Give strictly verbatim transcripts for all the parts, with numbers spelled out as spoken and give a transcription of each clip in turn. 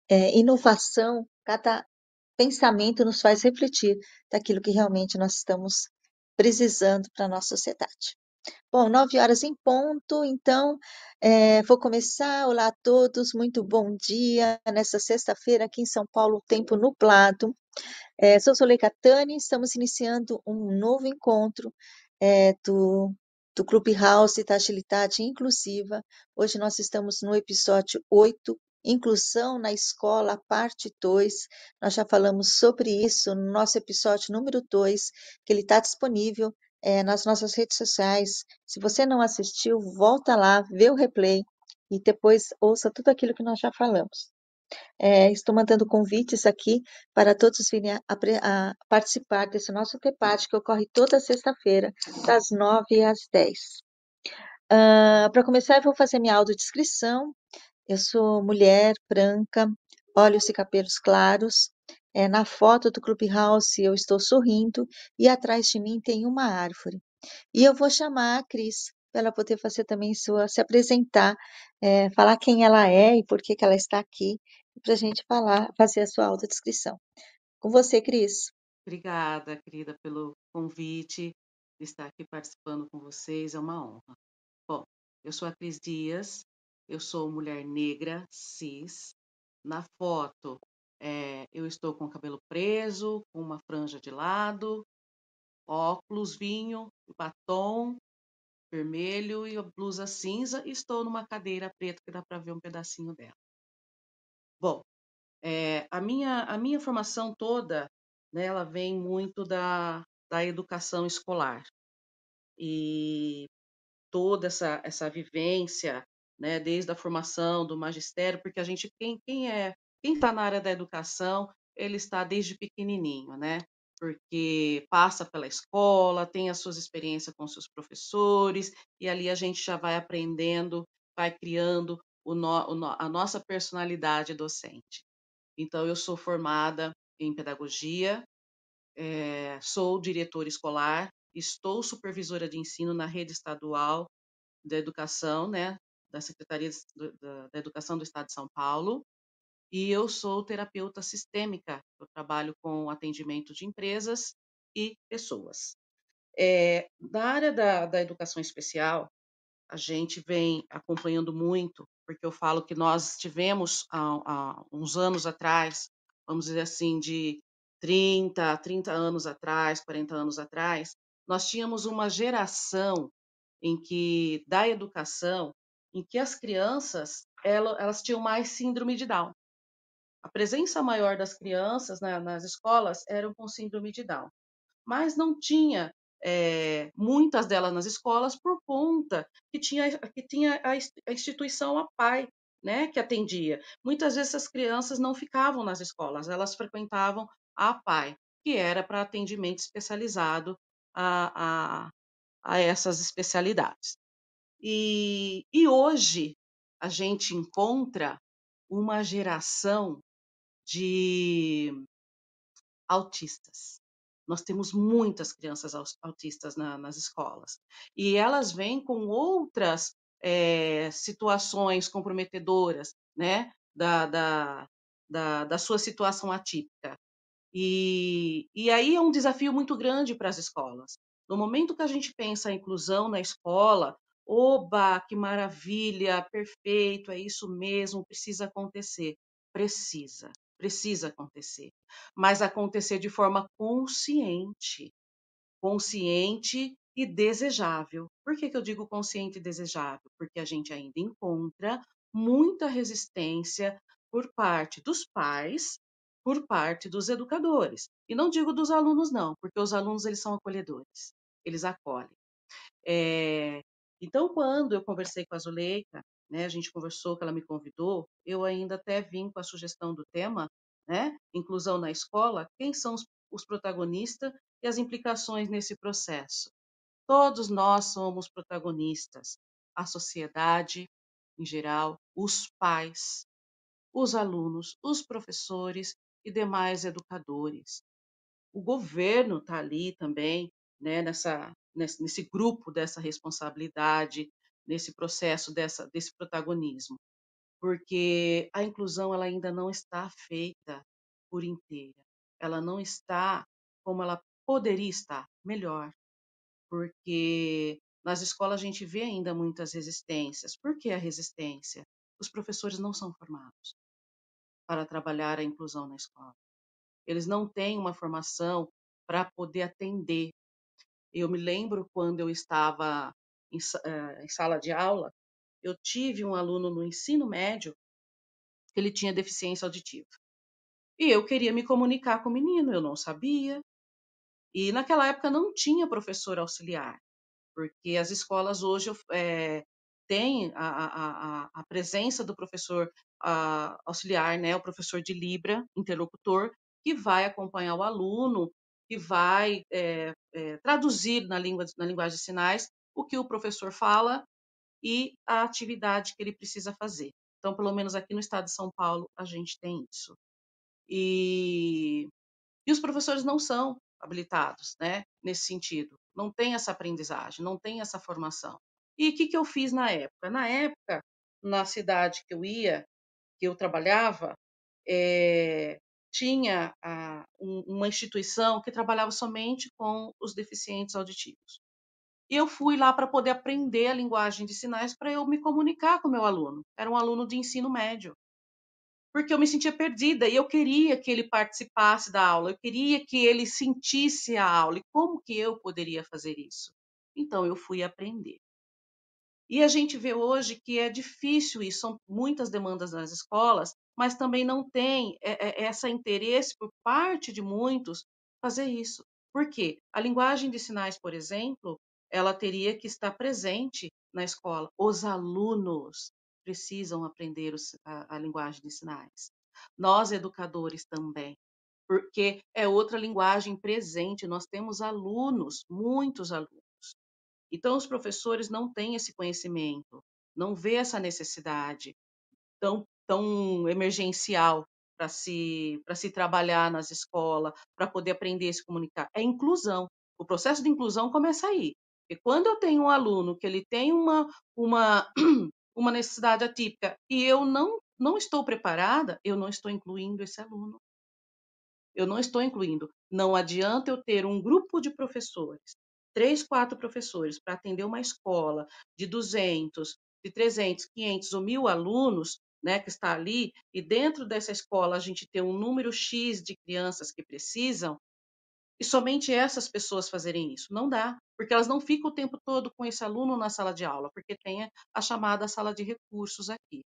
é, inovação, cada pensamento nos faz refletir daquilo que realmente nós estamos precisando para a nossa sociedade. Bom, nove horas em ponto, então é, vou começar. Olá a todos, muito bom dia. Nessa sexta-feira, aqui em São Paulo, tempo nublado. É, sou Zuleika Tani, estamos iniciando um novo encontro é, do, do Clubhouse da Agilidade Inclusiva. Hoje nós estamos no episódio oito, Inclusão na Escola, parte dois. Nós já falamos sobre isso no nosso episódio número dois, que ele está disponível é, nas nossas redes sociais. Se você não assistiu, volta lá, vê o replay e depois ouça tudo aquilo que nós já falamos. É, estou mandando convites aqui para todos virem a, a- a participar desse nosso debate que ocorre toda sexta-feira, das nove às dez. Ah, para começar, eu vou fazer minha audiodescrição. Eu sou mulher, branca, olhos e cabelos claros. É, na foto do Clubhouse eu estou sorrindo e atrás de mim tem uma árvore. E eu vou chamar a Cris para ela poder fazer também sua, se apresentar, é, falar quem ela é e por que que ela está aqui, para a gente falar, fazer a sua autodescrição. Com você, Cris. Obrigada, querida, pelo convite de estar aqui participando com vocês, é uma honra. Bom, eu sou a Cris Dias, eu sou mulher negra, cis. Na foto, eh, eu estou com o cabelo preso, com uma franja de lado, óculos, vinho, batom vermelho e a blusa cinza, e estou numa cadeira preta que dá para ver um pedacinho dela. Bom, eh, a minha a minha formação toda, né, ela vem muito da da educação escolar. E toda essa essa vivência, né, desde a formação do magistério, porque a gente quem quem é quem está na área da educação, ele está desde pequenininho, né, porque passa pela escola, tem as suas experiências com seus professores, e ali a gente já vai aprendendo, vai criando o no o no a nossa personalidade docente. Então eu sou formada em pedagogia, eh, sou diretora escolar, estou supervisora de ensino na rede estadual da educação, né, da Secretaria do da da Educação do Estado de São Paulo, e eu sou terapeuta sistêmica, eu trabalho com atendimento de empresas e pessoas. Eh, na área da da educação especial, a gente vem acompanhando muito, porque eu falo que nós tivemos há há uns anos atrás, vamos dizer assim, de trinta, trinta anos atrás, quarenta anos atrás, nós tínhamos uma geração em que da educação, em que as crianças, ela elas tinham mais síndrome de Down. A presença maior das crianças na nas escolas eram com síndrome de Down, mas não tinha, eh, muitas delas nas escolas por conta que tinha que tinha a ins a instituição A P A E, né, que atendia. Muitas vezes essas crianças não ficavam nas escolas, elas frequentavam a A P A E, que era para atendimento especializado a a a essas especialidades. E e hoje a gente encontra uma geração de autistas. Nós temos muitas crianças aus autistas na nas escolas. E elas vêm com outras, eh, situações comprometedoras, né, da da da da sua situação atípica. E e aí é um desafio muito grande para as escolas. No momento que a gente pensa a inclusão na escola, oba, que maravilha, perfeito, é isso mesmo, precisa acontecer. Precisa, precisa acontecer, mas acontecer de forma consciente, consciente e desejável. Por que que eu digo consciente e desejável? Porque a gente ainda encontra muita resistência por parte dos pais, por parte dos educadores. E não digo dos alunos não, porque os alunos eles são acolhedores, eles acolhem. Eh, então quando eu conversei com a Zuleika, né, a gente conversou que ela me convidou, eu ainda até vim com a sugestão do tema, né, inclusão na escola, quem são os os protagonistas e as implicações nesse processo. Todos nós somos protagonistas, a sociedade em geral, os pais, os alunos, os professores e demais educadores. O governo está ali também, né, nessa, nesse, nesse grupo dessa responsabilidade, nesse processo dessa, desse protagonismo. porque a inclusão ela ainda não está feita por inteira. Ela não está como ela poderia estar, melhor, porque nas escolas a gente vê ainda muitas resistências. Por que a resistência? Os professores não são formados para trabalhar a inclusão na escola. Eles não têm uma formação para poder atender. Eu me lembro quando eu estava em, sa- eh, em sala de aula, eu tive um aluno no ensino médio que ele tinha deficiência auditiva. E eu queria me comunicar com o menino, eu não sabia. E naquela época não tinha professor auxiliar, porque as escolas hoje eh, têm a, a, a, a presença do professor ah, auxiliar, né, o professor de Libra, interlocutor, que vai acompanhar o aluno, que vai eh, eh, traduzir na, língua, na linguagem de sinais o que o professor fala e a atividade que ele precisa fazer. Então, pelo menos aqui no estado de São Paulo, a gente tem isso. E, e os professores não são habilitados, né, nesse sentido. Não tem essa aprendizagem, não tem essa formação. E o que, que eu fiz na época? Na época, na cidade que eu ia, que eu trabalhava, eh, tinha a, um, uma instituição que trabalhava somente com os deficientes auditivos. E eu fui lá para poder aprender a linguagem de sinais para eu me comunicar com o meu aluno. Era um aluno de ensino médio. Porque eu me sentia perdida e eu queria que ele participasse da aula, eu queria que ele sentisse a aula. E como que eu poderia fazer isso? Então eu fui aprender. E a gente vê hoje que é difícil isso, são muitas demandas nas escolas, mas também não tem é, é, esse interesse por parte de muitos fazer isso. Por quê? A linguagem de sinais, por exemplo, ela teria que estar presente na escola. Os alunos precisam aprender os- a, a linguagem de sinais. Nós, educadores, também. Porque é outra linguagem presente. Nós temos alunos, muitos alunos. Então, os professores não têm esse conhecimento, não vê essa necessidade tão, tão emergencial para se, para se trabalhar nas escolas, para poder aprender a se comunicar. É inclusão. O processo de inclusão começa aí. E quando eu tenho um aluno que ele tem uma, uma, uma necessidade atípica e eu não, não estou preparada, eu não estou incluindo esse aluno. Eu não estou incluindo. Não adianta eu ter um grupo de professores, três, quatro professores, para atender uma escola de duzentos, de trezentos, quinhentos ou mil alunos, né, que está ali, e dentro dessa escola a gente ter um número X de crianças que precisam, e somente essas pessoas fazerem isso. Não dá, porque elas não ficam o tempo todo com esse aluno na sala de aula, porque tem a, a chamada sala de recursos aqui.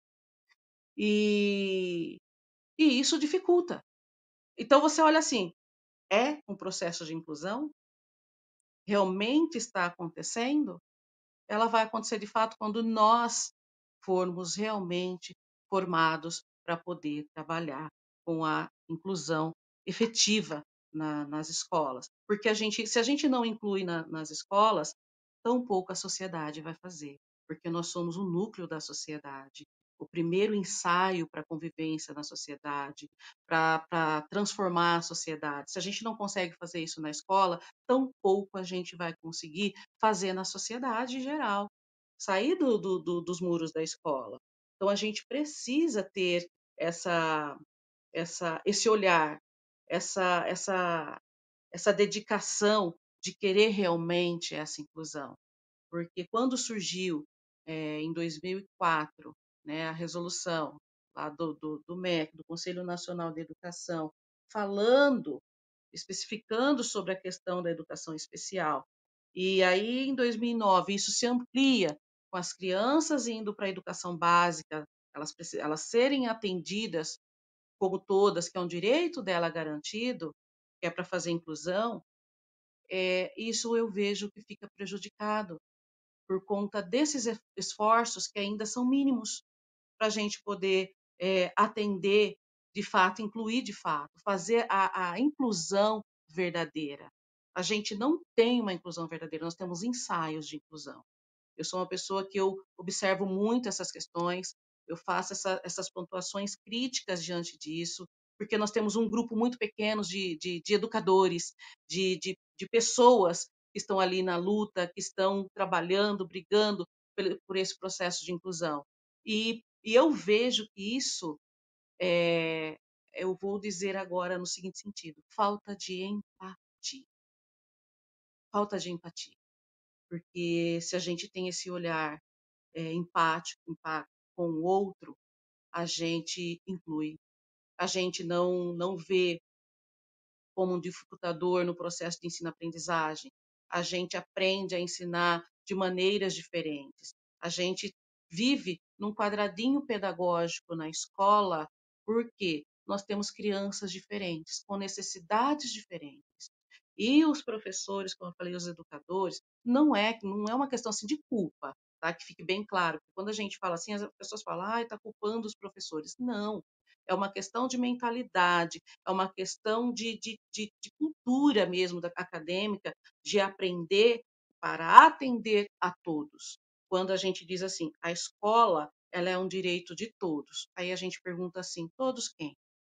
E, e isso dificulta. Então você olha assim, é um processo de inclusão? Realmente está acontecendo? Ela vai acontecer de fato quando nós formos realmente formados para poder trabalhar com a inclusão efetiva na, nas escolas. Porque a gente, se a gente não inclui na, nas escolas, tampouco a sociedade vai fazer, porque nós somos o núcleo da sociedade, o primeiro ensaio para a convivência na sociedade, para transformar a sociedade. Se a gente não consegue fazer isso na escola, tampouco a gente vai conseguir fazer na sociedade em geral, sair do, do, do, dos muros da escola. Então a gente precisa ter essa, essa, esse olhar, essa, essa, essa dedicação de querer realmente essa inclusão. Porque quando surgiu, eh, em dois mil e quatro, né, a resolução lá do, do, do M E C, do Conselho Nacional de Educação, falando, especificando sobre a questão da educação especial, e aí em dois mil e nove isso se amplia com as crianças indo para a educação básica, elas, elas serem atendidas como todas, que é um direito dela garantido, que é para fazer inclusão, é, isso eu vejo que fica prejudicado por conta desses esforços que ainda são mínimos para a gente poder é, atender de fato, incluir de fato, fazer a, a inclusão verdadeira. A gente não tem uma inclusão verdadeira, nós temos ensaios de inclusão. Eu sou uma pessoa que eu observo muito essas questões, eu faço essa, essas pontuações críticas diante disso, porque nós temos um grupo muito pequeno de, de, de educadores, de, de, de pessoas que estão ali na luta, que estão trabalhando, brigando por, por esse processo de inclusão. E E eu vejo que isso, é, eu vou dizer agora no seguinte sentido: falta de empatia. Falta de empatia. Porque se a gente tem esse olhar é, empático, empático com o outro, a gente inclui. A gente não, não vê como um dificultador no processo de ensino-aprendizagem. A gente aprende a ensinar de maneiras diferentes. A gente vive num quadradinho pedagógico na escola, porque nós temos crianças diferentes, com necessidades diferentes. E os professores, como eu falei, os educadores, não é, não é uma questão assim de culpa, tá? Que fique bem claro. Quando a gente fala assim, as pessoas falam, ah, está culpando os professores. Não, é uma questão de mentalidade, é uma questão de, de, de, de cultura mesmo da acadêmica, de aprender para atender a todos. Quando a gente diz assim, a escola, ela é um direito de todos. Aí a gente pergunta assim, todos quem?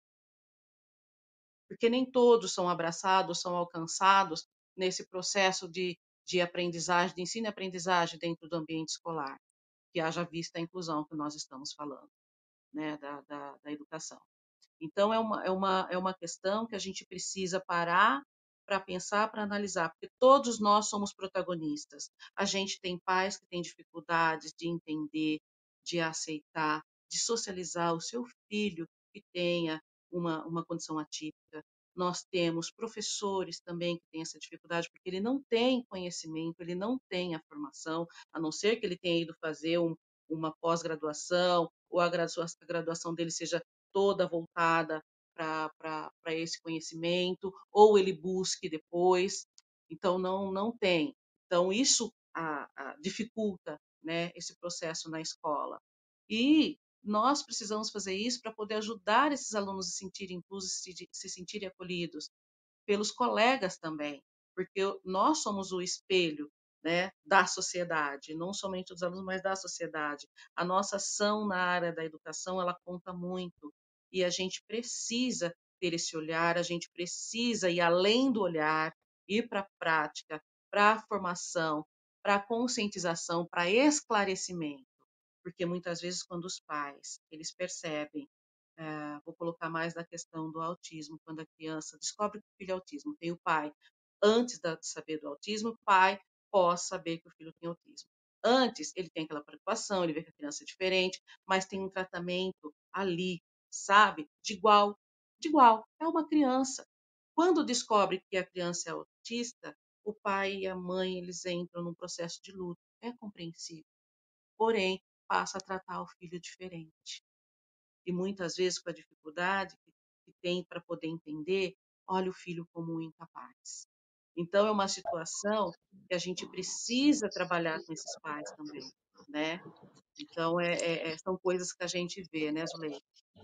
Porque nem todos são abraçados, são alcançados nesse processo de, de aprendizagem, de ensino e aprendizagem dentro do ambiente escolar, que haja vista a inclusão que nós estamos falando, né, da, da, da educação. Então, é uma, é, uma, é uma questão que a gente precisa parar para pensar, para analisar, porque todos nós somos protagonistas. A gente tem pais que têm dificuldades de entender, de aceitar, de socializar o seu filho que tenha uma, uma condição atípica. Nós temos professores também que têm essa dificuldade, porque ele não tem conhecimento, ele não tem a formação, a não ser que ele tenha ido fazer um, uma pós-graduação, ou a graduação, a graduação dele seja toda voltada para esse conhecimento, ou ele busque depois. Então, não, não tem. Então, isso a, a, dificulta, né, esse processo na escola. E nós precisamos fazer isso para poder ajudar esses alunos a se sentirem inclusos, se, se sentirem acolhidos, pelos colegas também, porque nós somos o espelho, né, da sociedade, não somente dos alunos, mas da sociedade. A nossa ação na área da educação, ela conta muito, e a gente precisa ter esse olhar, a gente precisa ir além do olhar, ir para a prática, para a formação, para a conscientização, para esclarecimento, porque muitas vezes quando os pais, eles percebem, eh, vou colocar mais na questão do autismo, quando a criança descobre que o filho é autismo, tem o pai, antes de saber do autismo, o pai pode saber que o filho tem autismo. Antes, ele tem aquela preocupação, ele vê que a criança é diferente, mas tem um tratamento ali, sabe? De igual, de igual, é uma criança. Quando descobre que a criança é autista, o pai e a mãe, eles entram num processo de luto, é compreensível, porém, passa a tratar o filho diferente e muitas vezes com a dificuldade que, que tem para poder entender, olha o filho como um incapaz. Então, é uma situação que a gente precisa trabalhar com esses pais também, né? Então, é, é, é, são coisas que a gente vê, né, Zuleika?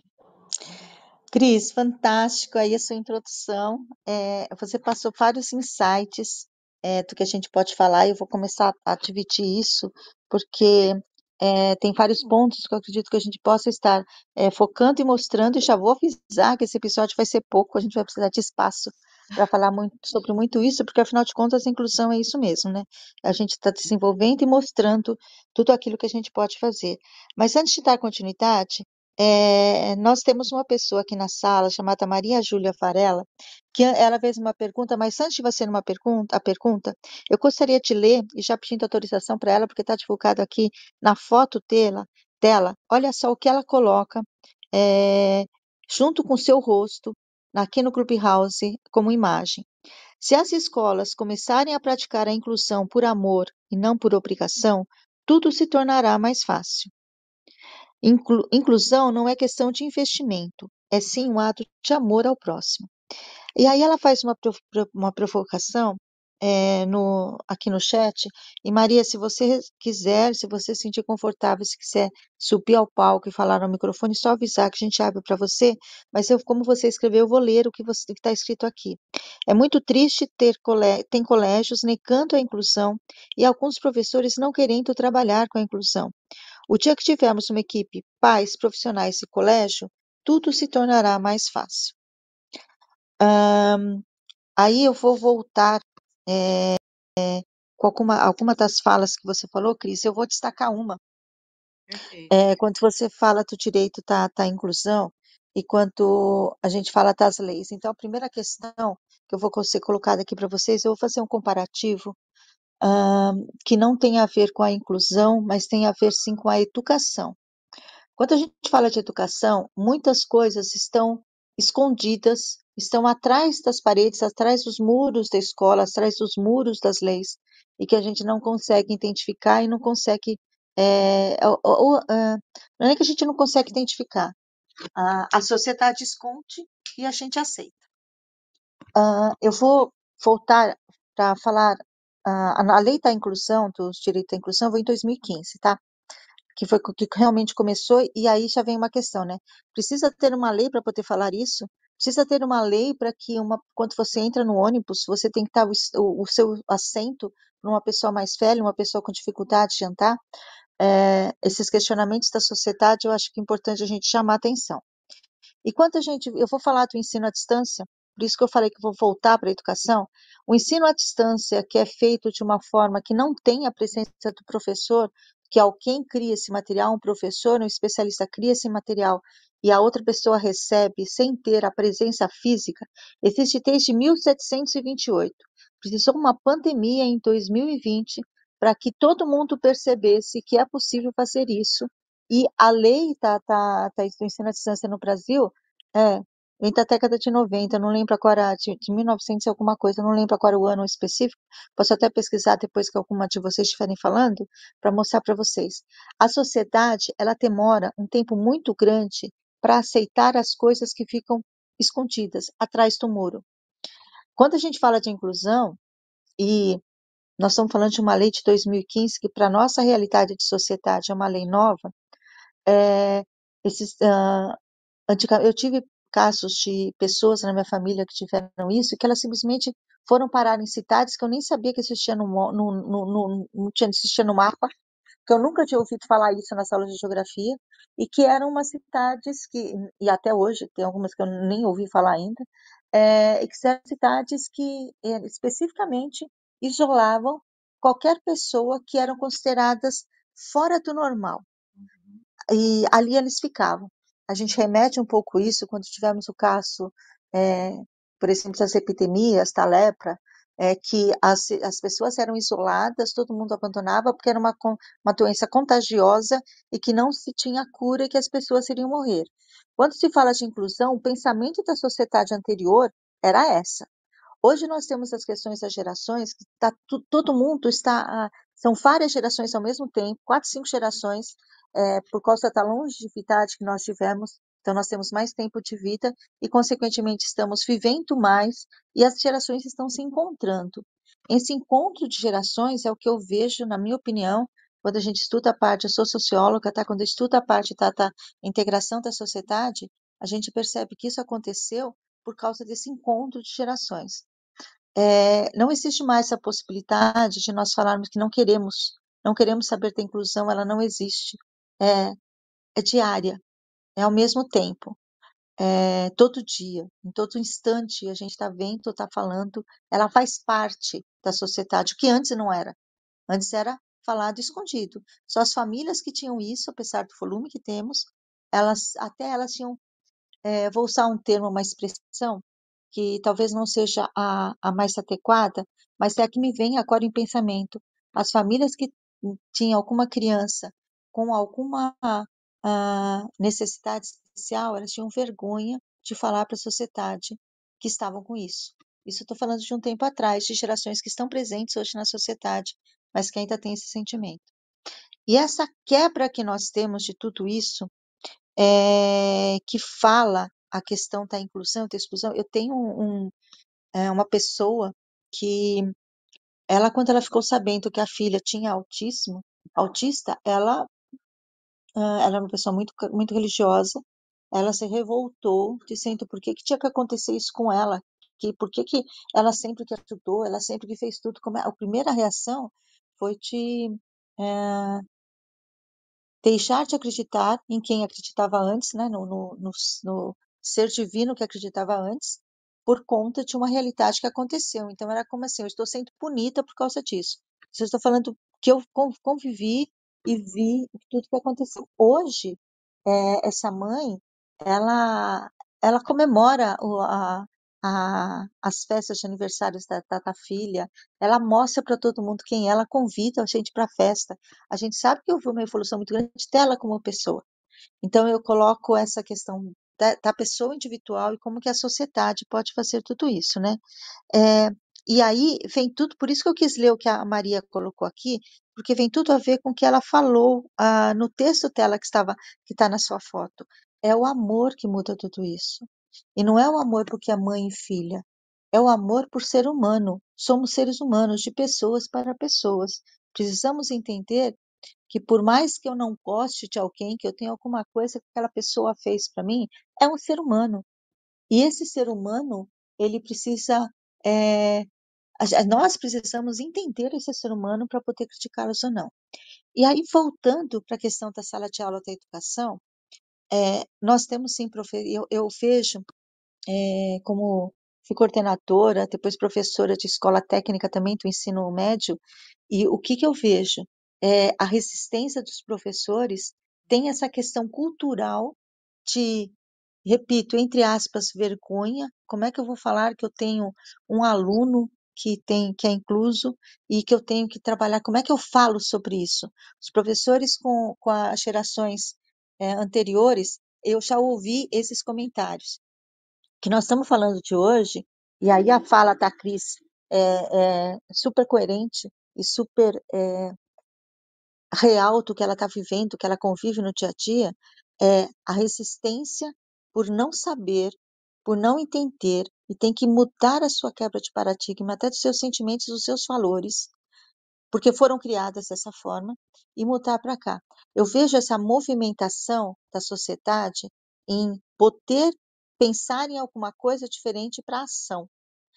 Cris, fantástico aí a sua introdução. É, você passou vários insights é, do que a gente pode falar, e eu vou começar a dividir isso, porque é, tem vários pontos que eu acredito que a gente possa estar é, focando e mostrando, e já vou avisar que esse episódio vai ser pouco, a gente vai precisar de espaço para falar muito sobre muito isso, porque afinal de contas a inclusão é isso mesmo, né? A gente está desenvolvendo e mostrando tudo aquilo que a gente pode fazer. Mas antes de dar continuidade, é, nós temos uma pessoa aqui na sala chamada Maria Júlia Varela, que ela fez uma pergunta, mas antes de você uma pergunta, a pergunta, eu gostaria de ler, e já pedindo autorização para ela, porque está divulgado aqui na foto dela, dela, olha só o que ela coloca, é, junto com o seu rosto, aqui no Clubhouse, como imagem. Se as escolas começarem a praticar a inclusão por amor e não por obrigação, tudo se tornará mais fácil. Inclu inclusão não é questão de investimento, é sim um ato de amor ao próximo. E aí ela faz uma, uma provocação é, no, aqui no chat, e Maria, se você quiser, se você se sentir confortável, se quiser subir ao palco e falar no microfone, só avisar que a gente abre para você, mas eu, como você escreveu, eu vou ler o que está escrito aqui. É muito triste ter colé tem colégios negando a inclusão e alguns professores não querendo trabalhar com a inclusão. O dia que tivermos uma equipe, pais, profissionais e colégio, tudo se tornará mais fácil. Um, aí eu vou voltar é, com alguma, alguma das falas que você falou, Cris, eu vou destacar uma. Perfeito. É, quando você fala do direito da, da inclusão e quando a gente fala das leis. Então, a primeira questão que eu vou co- ser colocada aqui para vocês, eu vou fazer um comparativo ah, que não tem a ver com a inclusão, mas tem a ver sim com a educação. Quando a gente fala de educação, muitas coisas estão escondidas, estão atrás das paredes, atrás dos muros da escola, atrás dos muros das leis, e que a gente não consegue identificar e não consegue. É, ou- ou, ah, não é que a gente não consegue identificar, a, a sociedade esconde e a gente aceita. Ah, eu vou voltar para falar. ah, a lei da inclusão, dos direitos da inclusão, foi em dois mil e quinze, tá? Que foi o que realmente começou, e aí já vem uma questão, né? Precisa ter uma lei para poder falar isso? Precisa ter uma lei para que uma, quando você entra no ônibus, você tem que estar o, o, o seu assento para uma pessoa mais velha, uma pessoa com dificuldade de andar? É, esses questionamentos da sociedade, eu acho que é importante a gente chamar a atenção. E quando a gente, eu vou falar do ensino à distância, por isso que eu falei que vou voltar para a educação, o ensino à distância que é feito de uma forma que não tem a presença do professor, que alguém cria esse material, um professor, um especialista cria esse material e a outra pessoa recebe sem ter a presença física, existe desde mil setecentos e vinte e oito. Precisou uma pandemia em dois mil e vinte para que todo mundo percebesse que é possível fazer isso. E a lei tá, tá, tá, do ensino à distância no Brasil é, vem da década de noventa, não lembro agora, de, de mil e novecentos e alguma coisa, não lembro agora o ano específico, posso até pesquisar depois que alguma de vocês estiverem falando, para mostrar para vocês. A sociedade, ela demora um tempo muito grande para aceitar as coisas que ficam escondidas atrás do muro. Quando a gente fala de inclusão, e nós estamos falando de uma lei de dois mil e quinze, que para a nossa realidade de sociedade é uma lei nova, é, esses, ah, Antiga- eu tive casos de pessoas na minha família que tiveram isso, e que elas simplesmente foram parar em cidades que eu nem sabia que existia no, mo- no, no, no, não tinha, existia no mapa, que eu nunca tinha ouvido falar isso nas aulas de geografia, e que eram umas cidades que, e até hoje, tem algumas que eu nem ouvi falar ainda, é, e que eram cidades que é, especificamente isolavam qualquer pessoa que eram consideradas fora do normal. Uhum. E ali eles ficavam. A gente remete um pouco isso quando tivemos o caso, é, por exemplo, das epidemias, da lepra, é, que as, as pessoas eram isoladas, todo mundo abandonava, porque era uma, con- uma doença contagiosa e que não se tinha cura e que as pessoas iriam morrer. Quando se fala de inclusão, o pensamento da sociedade anterior era essa. Hoje nós temos as questões das gerações, que tá, tu- todo mundo está, ah, são várias gerações ao mesmo tempo, quatro, cinco gerações, é, por causa da longevidade que nós tivemos, então nós temos mais tempo de vida e, consequentemente, estamos vivendo mais e as gerações estão se encontrando. Esse encontro de gerações é o que eu vejo, na minha opinião, quando a gente estuda a parte, eu sou socióloga, tá? Quando estuda a parte da, da integração da sociedade, a gente percebe que isso aconteceu por causa desse encontro de gerações. É, não existe mais essa possibilidade de nós falarmos que não queremos, não queremos saber da inclusão, ela não existe. É, é diária, é ao mesmo tempo, é todo dia, em todo instante a gente está vendo, está falando, ela faz parte da sociedade, o que antes não era. Antes era falado escondido. Só as famílias que tinham isso, apesar do volume que temos, elas até elas tinham, é, vou usar um termo, uma expressão, que talvez não seja a, a mais adequada, mas é a que me vem agora em pensamento. As famílias que tinham alguma criança com alguma ah, necessidade especial, elas tinham vergonha de falar para a sociedade que estavam com isso. Isso eu estou falando de um tempo atrás, de gerações que estão presentes hoje na sociedade, mas que ainda têm esse sentimento. E essa quebra que nós temos de tudo isso, é, que fala a questão da inclusão e da exclusão. Eu tenho um, um, é, uma pessoa que, ela, quando ela ficou sabendo que a filha tinha autismo, autista, ela, ah, ela era uma pessoa muito, muito religiosa, ela se revoltou, dizendo por que que tinha que acontecer isso com ela, que por que que ela sempre que ajudou, ela sempre que fez tudo, como é- a primeira reação foi de é, deixar de acreditar em quem acreditava antes, né, no, no, no, no ser divino que acreditava antes, por conta de uma realidade que aconteceu. Então, era como assim: eu estou sendo punida por causa disso. Se eu estou falando que eu convivi e vi tudo que aconteceu. Hoje, é, essa mãe, ela, ela comemora o- a, a- as festas de aniversários da, da, da filha, ela mostra para todo mundo quem é, ela convida a gente para a festa. A gente sabe que houve uma evolução muito grande dela como pessoa. Então, eu coloco essa questão da, da pessoa individual e como que a sociedade pode fazer tudo isso, né? É, e aí vem tudo, por isso que eu quis ler o que a Maria colocou aqui, porque vem tudo a ver com o que ela falou ah, no texto dela que estava, que está na sua foto. É o amor que muda tudo isso. E não é o amor porque é mãe e filha, é o amor por ser humano. Somos seres humanos, de pessoas para pessoas. Precisamos entender que por mais que eu não goste de alguém, que eu tenha alguma coisa que aquela pessoa fez para mim, é um ser humano. E esse ser humano, ele precisa, é, a- nós precisamos entender esse ser humano para poder criticá-los ou não. E aí, voltando para a questão da sala de aula da educação, é, nós temos sim, profe- eu, eu vejo, é, como fui coordenadora, depois professora de escola técnica também do ensino médio, e o que que eu vejo? É, a resistência dos professores tem essa questão cultural de, repito, entre aspas, vergonha. Como é que eu vou falar que eu tenho um aluno que tem, que é incluso e que eu tenho que trabalhar? Como é que eu falo sobre isso? Os professores com, com as gerações eh, anteriores, eu já ouvi esses comentários. Que nós estamos falando de hoje, e aí a fala da Cris é, é super coerente e super é, real do que ela está vivendo, que ela convive no dia a dia, é a resistência por não saber, por não entender, e tem que mudar a sua quebra de paradigma, até dos seus sentimentos, dos seus valores, porque foram criadas dessa forma, e mudar para cá. Eu vejo essa movimentação da sociedade em poder pensar em alguma coisa diferente para a ação.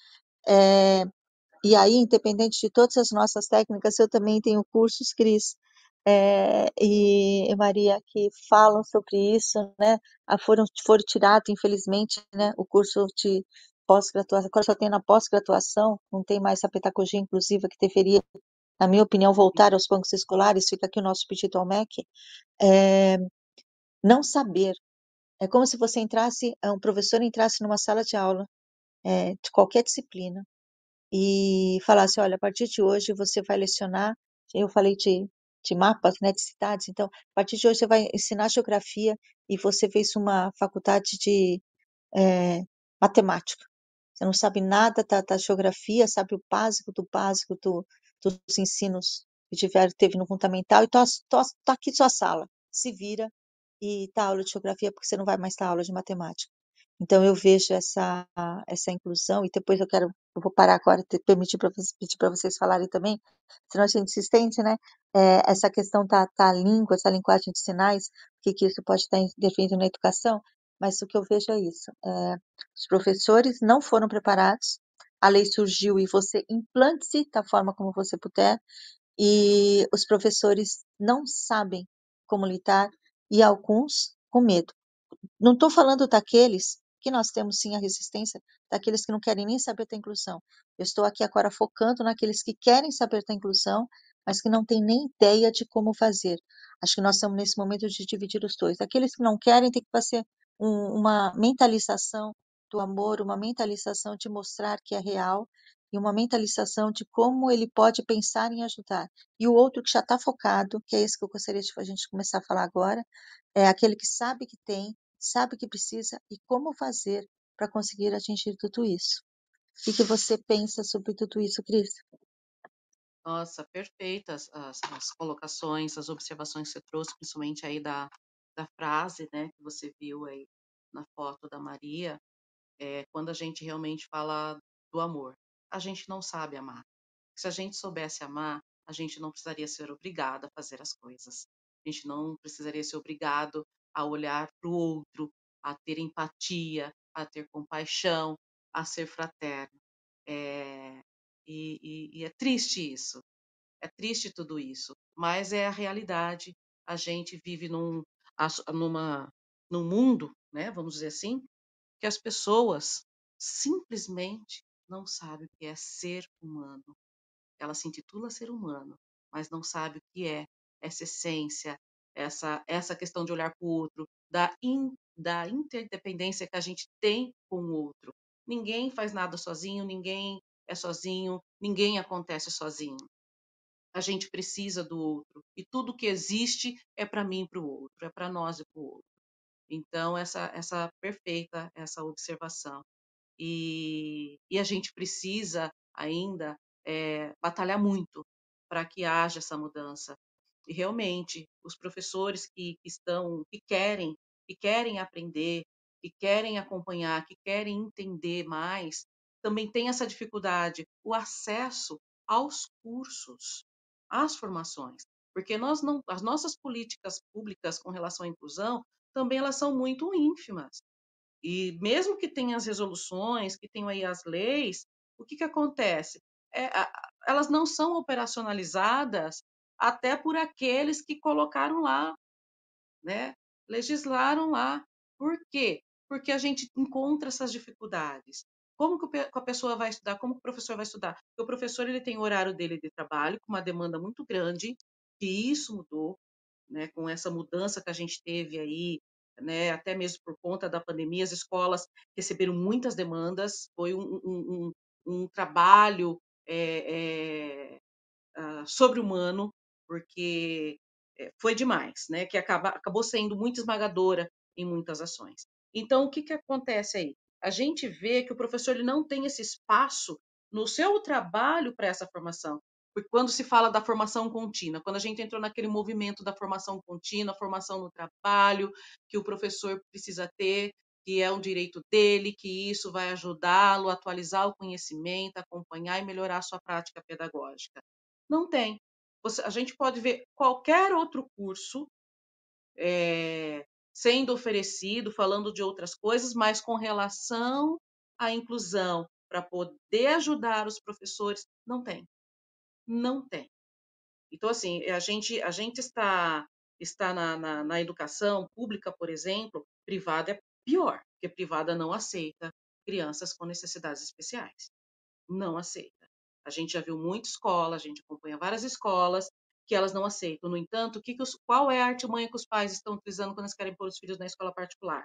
É, e aí, independente de todas as nossas técnicas, eu também tenho cursos, Cris, é, e Maria, que falam sobre isso, né? Ah, foram, foram tirados, infelizmente, né? O curso de pós-graduação, agora só tem na pós-graduação, não tem mais a pedagogia inclusiva que deveria, na minha opinião, voltar aos bancos escolares, fica aqui o nosso pedido ao M E C. É, não saber, é como se você entrasse, um professor entrasse numa sala de aula, é, de qualquer disciplina, e falasse, olha, a partir de hoje você vai lecionar, eu falei de, de mapas, né, de cidades, então, a partir de hoje você vai ensinar geografia e você fez uma faculdade de é, matemática. Você não sabe nada da, da geografia, sabe o básico do básico do, dos ensinos que tiver, teve no fundamental, e tô, tô, tô aqui sua sala, se vira e tá aula de geografia, porque você não vai mais dar aula de matemática. Então eu vejo essa, essa inclusão, e depois eu quero, eu vou parar agora, te- permitir para pedir para vocês falarem também, senão a gente se estende, né? É, essa questão da, da língua, essa linguagem de sinais, o que, que isso pode estar interferindo na educação, mas o que eu vejo é isso. É, os professores não foram preparados, a lei surgiu e você implante-se da forma como você puder, e os professores não sabem como lidar, e alguns com medo. Não estou falando daqueles que nós temos sim a resistência, daqueles que não querem nem saber da inclusão. Eu estou aqui agora focando naqueles que querem saber da inclusão, mas que não têm nem ideia de como fazer. Acho que nós estamos nesse momento de dividir os dois. Aqueles que não querem têm que fazer um- uma mentalização do amor, uma mentalização de mostrar que é real e uma mentalização de como ele pode pensar em ajudar. E o outro que já está focado, que é esse que eu gostaria de a gente começar a falar agora, é aquele que sabe que tem, sabe que precisa e como fazer para conseguir atingir tudo isso. O que que você pensa sobre tudo isso, Cris? Nossa, perfeitas as, as colocações, as observações que você trouxe, principalmente aí da, da frase, né, que você viu aí na foto da Maria, é quando a gente realmente fala do amor. A gente não sabe amar. Se a gente soubesse amar, a gente não precisaria ser obrigado a fazer as coisas. A gente não precisaria ser obrigado a olhar para o outro, a ter empatia, a ter compaixão, a ser fraterno. É, e, e- e é triste isso, é triste tudo isso, mas é a realidade. A gente vive num, as- numa, num mundo, né, vamos dizer assim, que as pessoas simplesmente não sabem o que é ser humano. Ela se intitula ser humano, mas não sabe o que é. essa essência, essa, essa questão de olhar para o outro, da, in, da interdependência que a gente tem com o outro. Ninguém faz nada sozinho, ninguém é sozinho, ninguém acontece sozinho. A gente precisa do outro. E tudo que existe é para mim e para o outro, é para nós e para o outro. Então, essa, essa perfeita, essa observação. E, e a gente precisa ainda é, batalhar muito para que haja essa mudança. E realmente, os professores que, que estão, que querem, que querem aprender, que querem acompanhar, que querem entender mais, também têm essa dificuldade, o acesso aos cursos, às formações. Porque nós não, as nossas políticas públicas com relação à inclusão também elas são muito ínfimas. E mesmo que tenha as resoluções, que tenham aí as leis, o que, que acontece? É, a, elas não são operacionalizadas até por aqueles que colocaram lá, né? Legislaram lá. Por quê? Porque a gente encontra essas dificuldades. Como que a pessoa vai estudar? Como que o professor vai estudar? Porque o professor ele tem o horário dele de trabalho, com uma demanda muito grande, que isso mudou, né, com essa mudança que a gente teve aí, né, até mesmo por conta da pandemia, as escolas receberam muitas demandas, foi um, um, um, um trabalho é, é, uh, sobre-humano, porque é, foi demais, né, que acaba, acabou sendo muito esmagadora em muitas ações. Então, o que, que acontece aí? A gente vê que o professor ele não tem esse espaço no seu trabalho para essa formação. Porque quando se fala da formação contínua, quando a gente entrou naquele movimento da formação contínua, formação no trabalho, que o professor precisa ter, que é um direito dele, que isso vai ajudá-lo a atualizar o conhecimento, acompanhar e melhorar a sua prática pedagógica. Não tem. Você, a gente pode ver qualquer outro curso é, sendo oferecido, falando de outras coisas, mas com relação à inclusão, para poder ajudar os professores, não tem. Não tem. Então, assim, a gente, a gente está, está na, na, na educação pública, por exemplo, privada é pior, porque privada não aceita crianças com necessidades especiais. Não aceita. A gente já viu muita escola, a gente acompanha várias escolas que elas não aceitam. No entanto, que que os, qual é a artimanha que os pais estão utilizando quando eles querem pôr os filhos na escola particular?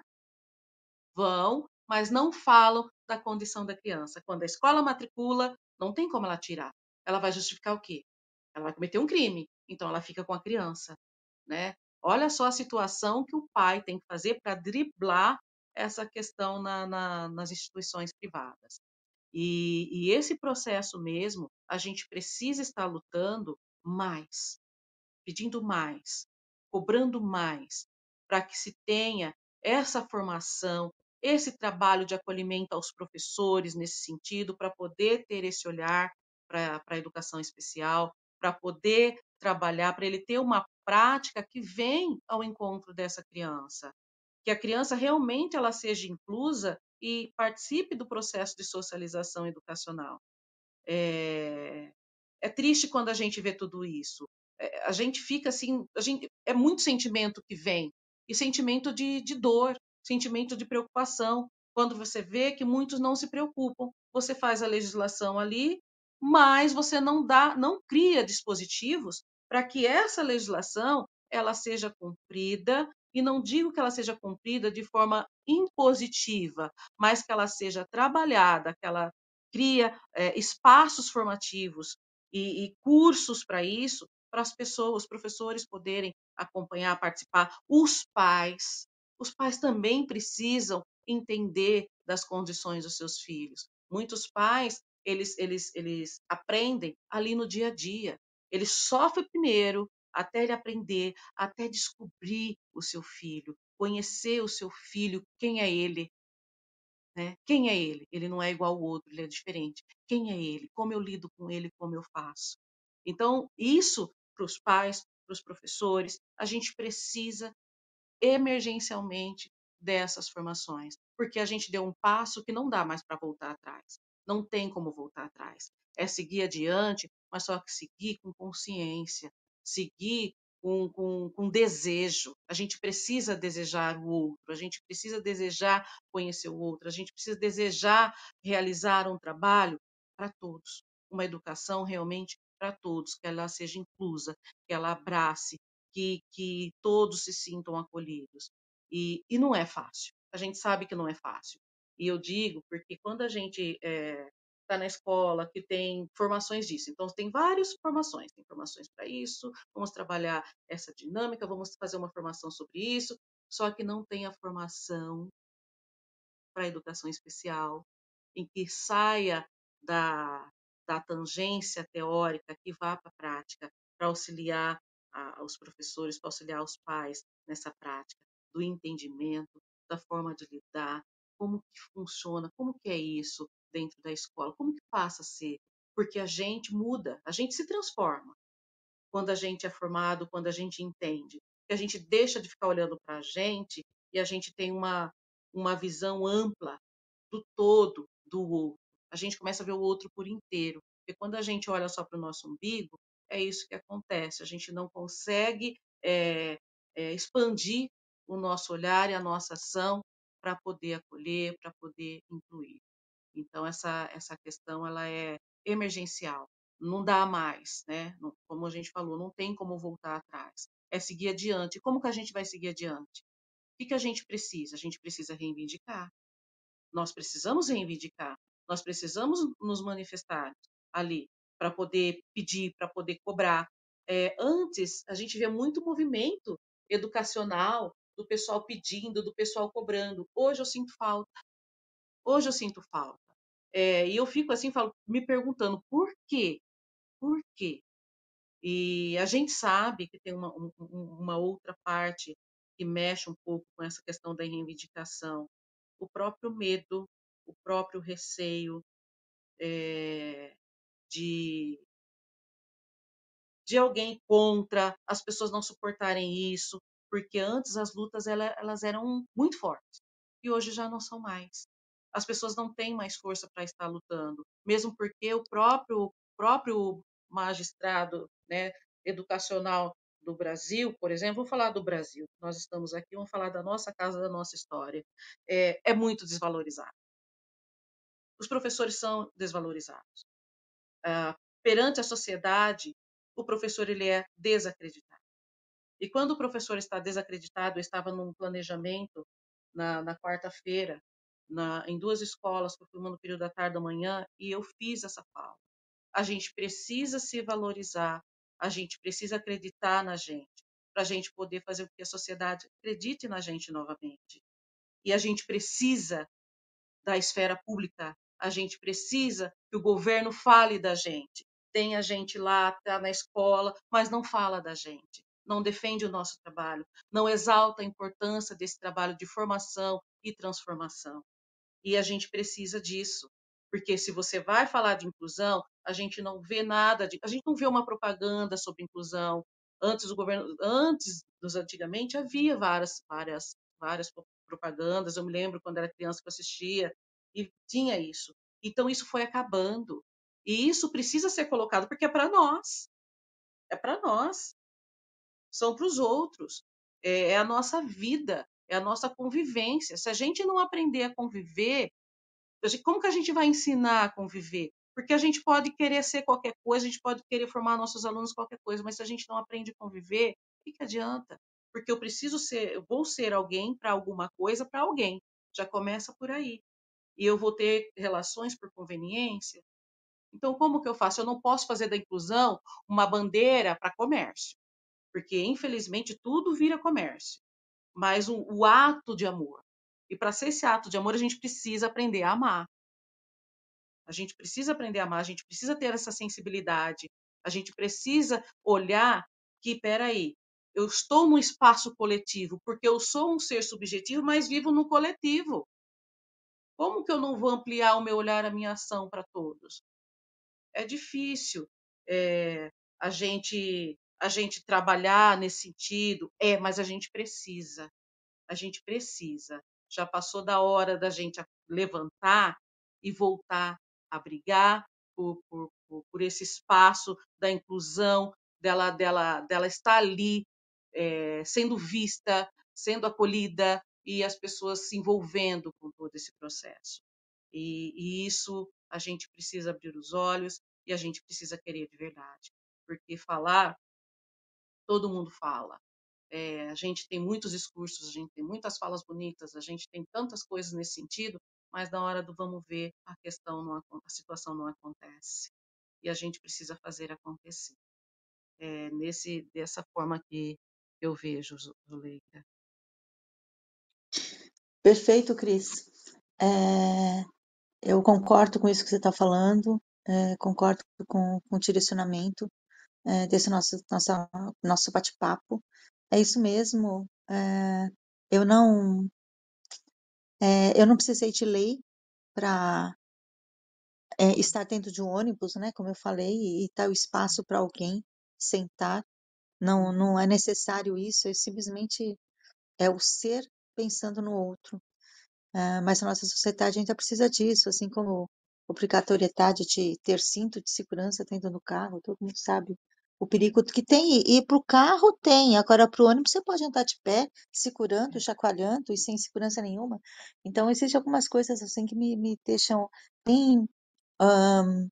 Vão, mas não falam da condição da criança. Quando a escola matricula, não tem como ela tirar. Ela vai justificar o quê? Ela vai cometer um crime, então ela fica com a criança, né? Olha só a situação que o pai tem que fazer para driblar essa questão na, na, nas instituições privadas. E, e esse processo mesmo, a gente precisa estar lutando mais, pedindo mais, cobrando mais, para que se tenha essa formação, esse trabalho de acolhimento aos professores nesse sentido, para poder ter esse olhar para a educação especial, para poder trabalhar, para ele ter uma prática que vem ao encontro dessa criança, que a criança realmente ela seja inclusa e participe do processo de socialização educacional. É, é triste quando a gente vê tudo isso. É, a gente fica assim, a gente, é muito sentimento que vem, e sentimento de, de dor, sentimento de preocupação, quando você vê que muitos não se preocupam. Você faz a legislação ali, mas você não dá, não cria dispositivos para que essa legislação ela seja cumprida, e não digo que ela seja cumprida de forma impositiva, mas que ela seja trabalhada, que ela cria é, espaços formativos e, e cursos para isso, para as pessoas, os professores poderem acompanhar, participar, os pais. Os pais também precisam entender das condições dos seus filhos. Muitos pais, eles, eles, eles aprendem ali no dia a dia. Ele sofre primeiro até ele aprender, até descobrir o seu filho, conhecer o seu filho, quem é ele, né? Quem é ele? Ele não é igual ao outro, ele é diferente. Quem é ele? Como eu lido com ele? Como eu faço? Então, isso para os pais, para os professores, a gente precisa emergencialmente dessas formações, porque a gente deu um passo que não dá mais para voltar atrás. Não tem como voltar atrás. É seguir adiante, mas só que seguir com consciência, seguir com, com, com desejo. A gente precisa desejar o outro, a gente precisa desejar conhecer o outro, a gente precisa desejar realizar um trabalho para todos, uma educação realmente para todos, que ela seja inclusa, que ela abrace, que, que todos se sintam acolhidos. E, e não é fácil, a gente sabe que não é fácil. E eu digo porque quando a gente está na escola, que tem formações disso, então tem várias formações, tem formações para isso, vamos trabalhar essa dinâmica, vamos fazer uma formação sobre isso, só que não tem a formação para a educação especial, em que saia da, da tangência teórica, que vá para a prática, para auxiliar a, os professores, para auxiliar os pais nessa prática, do entendimento, da forma de lidar, como que funciona, como que é isso dentro da escola, como que passa a ser, porque a gente muda, a gente se transforma quando a gente é formado, quando a gente entende, que a gente deixa de ficar olhando para a gente e a gente tem uma, uma visão ampla do todo do outro. A gente começa a ver o outro por inteiro. Porque quando a gente olha só para o nosso umbigo, é isso que acontece. A gente não consegue é, é, expandir o nosso olhar e a nossa ação para poder acolher, para poder incluir. Então, essa, essa questão ela é emergencial. Não dá mais, né? Como a gente falou, não tem como voltar atrás. É seguir adiante. Como que a gente vai seguir adiante? O que, que a gente precisa? A gente precisa reivindicar. Nós precisamos reivindicar, nós precisamos nos manifestar ali para poder pedir, para poder cobrar. É, antes, a gente via muito movimento educacional do pessoal pedindo, do pessoal cobrando. Hoje eu sinto falta. Hoje eu sinto falta. É, e eu fico assim, falo, me perguntando por quê? Por quê? E a gente sabe que tem uma, um, uma outra parte que mexe um pouco com essa questão da reivindicação, o próprio medo, o próprio receio é, de, de alguém contra, as pessoas não suportarem isso, porque antes as lutas ela, elas eram muito fortes e hoje já não são mais. As pessoas não têm mais força para estar lutando, mesmo porque o próprio próprio magistrado, né, educacional do Brasil, por exemplo, vou falar do Brasil, nós estamos aqui, vamos falar da nossa casa, da nossa história, é, é muito desvalorizado. Os professores são desvalorizados. Ah, perante a sociedade, o professor ele é desacreditado. E quando o professor está desacreditado, eu estava num planejamento na, na quarta-feira, na, em duas escolas, que eu fui uma no período da tarde da manhã, e eu fiz essa fala. A gente precisa se valorizar, a gente precisa acreditar na gente, para a gente poder fazer com que a sociedade acredite na gente novamente. E a gente precisa da esfera pública. A gente precisa que o governo fale da gente. Tem a gente lá, está na escola, mas não fala da gente, não defende o nosso trabalho, não exalta a importância desse trabalho de formação e transformação. E a gente precisa disso, porque se você vai falar de inclusão, a gente não vê nada de, a gente não vê uma propaganda sobre inclusão. Antes do governo, antes dos antigamente havia várias, várias, várias propagandas. Eu me lembro quando era criança que eu assistia e tinha isso. Então isso foi acabando. E isso precisa ser colocado porque é para nós. É para nós. São para os outros. É, é a nossa vida, é a nossa convivência. Se a gente não aprender a conviver, como que a gente vai ensinar a conviver? Porque a gente pode querer ser qualquer coisa, a gente pode querer formar nossos alunos qualquer coisa, mas se a gente não aprende a conviver, o que, que adianta? Porque eu preciso ser, eu vou ser alguém para alguma coisa para alguém. Já começa por aí. E eu vou ter relações por conveniência. Então, como que eu faço? Eu não posso fazer da inclusão uma bandeira para comércio, porque infelizmente tudo vira comércio. Mas o, o ato de amor. E para ser esse ato de amor, a gente precisa aprender a amar. A gente precisa aprender a amar, a gente precisa ter essa sensibilidade, a gente precisa olhar que, peraí, eu estou num espaço coletivo, porque eu sou um ser subjetivo, mas vivo no coletivo. Como que eu não vou ampliar o meu olhar, a minha ação para todos? É difícil é, a gente a gente trabalhar nesse sentido, é, mas a gente precisa. A gente precisa. Já passou da hora da gente levantar e voltar a brigar por, por, por, por esse espaço da inclusão, dela, dela, dela estar ali, é, sendo vista, sendo acolhida e as pessoas se envolvendo com todo esse processo. E, e isso a gente precisa abrir os olhos, e a gente precisa querer de verdade, porque falar, todo mundo fala. É, a gente tem muitos discursos, a gente tem muitas falas bonitas, a gente tem tantas coisas nesse sentido, mas na hora do vamos ver, a questão não, acon- a situação não acontece. E a gente precisa fazer acontecer. É nesse, dessa forma que eu vejo, Zu- Zuleika. Perfeito, Cris. É, eu concordo com isso que você está falando, é, concordo com, com o direcionamento é, desse nosso, nossa, nosso bate-papo. É isso mesmo. é, eu não, é, eu não precisei de lei para estar dentro de um ônibus, né? Como eu falei, e estar o espaço para alguém sentar. Não, não é necessário isso. É simplesmente é o ser pensando no outro. Ah, mas na nossa sociedade ainda precisa disso, assim como obrigatoriedade de ter cinto de segurança dentro do carro, todo mundo sabe o perigo que tem. E para o carro tem, agora para o ônibus você pode andar de pé, segurando, chacoalhando e sem segurança nenhuma. Então, existem algumas coisas assim que me, me deixam bem ahn,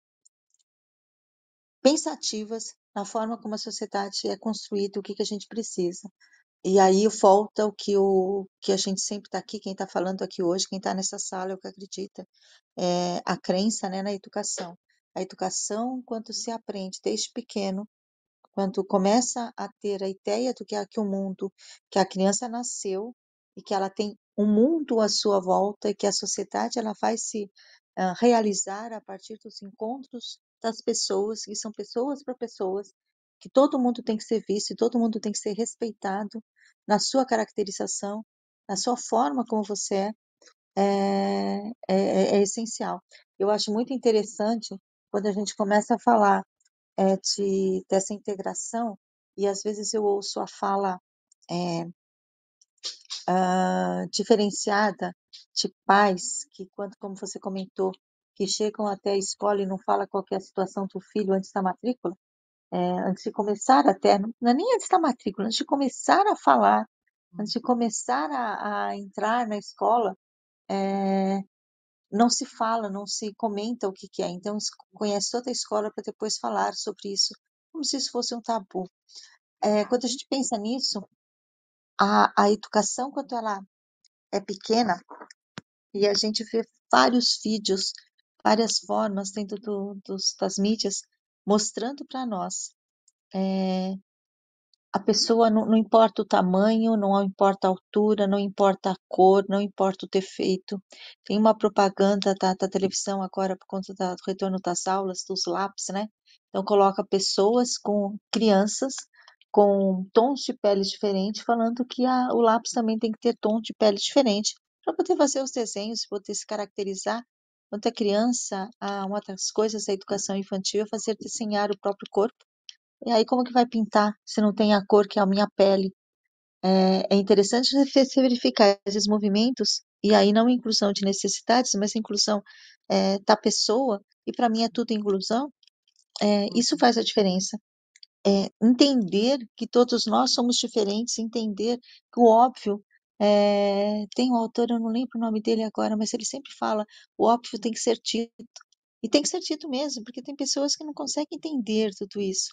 pensativas na forma como a sociedade é construída, o que que a gente precisa. E aí falta o que, o que a gente sempre está aqui, quem está falando aqui hoje, quem está nessa sala, é o que acredita, é a crença, né, na educação. A educação, quando se aprende desde pequeno, quando começa a ter a ideia do que é que o mundo, que a criança nasceu e que ela tem um mundo à sua volta e que a sociedade ela vai se ah, realizar a partir dos encontros das pessoas, que são pessoas para pessoas, que todo mundo tem que ser visto e todo mundo tem que ser respeitado na sua caracterização, na sua forma como você é, é, é, é essencial. Eu acho muito interessante quando a gente começa a falar é, de, dessa integração, e às vezes eu ouço a fala é, ah, diferenciada de pais que, quando, como você comentou, que chegam até a escola e não fala qual que é a situação do filho antes da matrícula, é, antes de começar até, não é nem antes da matrícula, antes de começar a falar, antes de começar a, a entrar na escola, é, não se fala, não se comenta o que, que é. Então, conhece toda a escola para depois falar sobre isso, como se isso fosse um tabu. É, quando a gente pensa nisso, a, a educação, quando ela é pequena, e a gente vê vários vídeos, várias formas dentro do, dos, das mídias, mostrando para nós. É, a pessoa, não, não importa o tamanho, não importa a altura, não importa a cor, não importa o defeito. Tem uma propaganda da, da televisão agora, por conta da- do retorno das aulas, dos lápis, né? Então, coloca pessoas com crianças com tons de pele diferentes, falando que a, o lápis também tem que ter tom de pele diferente, para poder fazer os desenhos, poder se caracterizar. Quando é criança, a- uma das coisas da educação infantil é fazer desenhar o próprio corpo. E aí, como que vai pintar se não tem a cor que é a minha pele? É, é interessante você verificar esses movimentos, e aí não inclusão de necessidades, mas inclusão é, da pessoa, e para mim é tudo inclusão, é, isso faz a diferença. É, entender que todos nós somos diferentes, entender que o óbvio, é, tem um autor, eu não lembro o nome dele agora, mas ele sempre fala, o óbvio tem que ser dito. E tem que ser dito mesmo, porque tem pessoas que não conseguem entender tudo isso.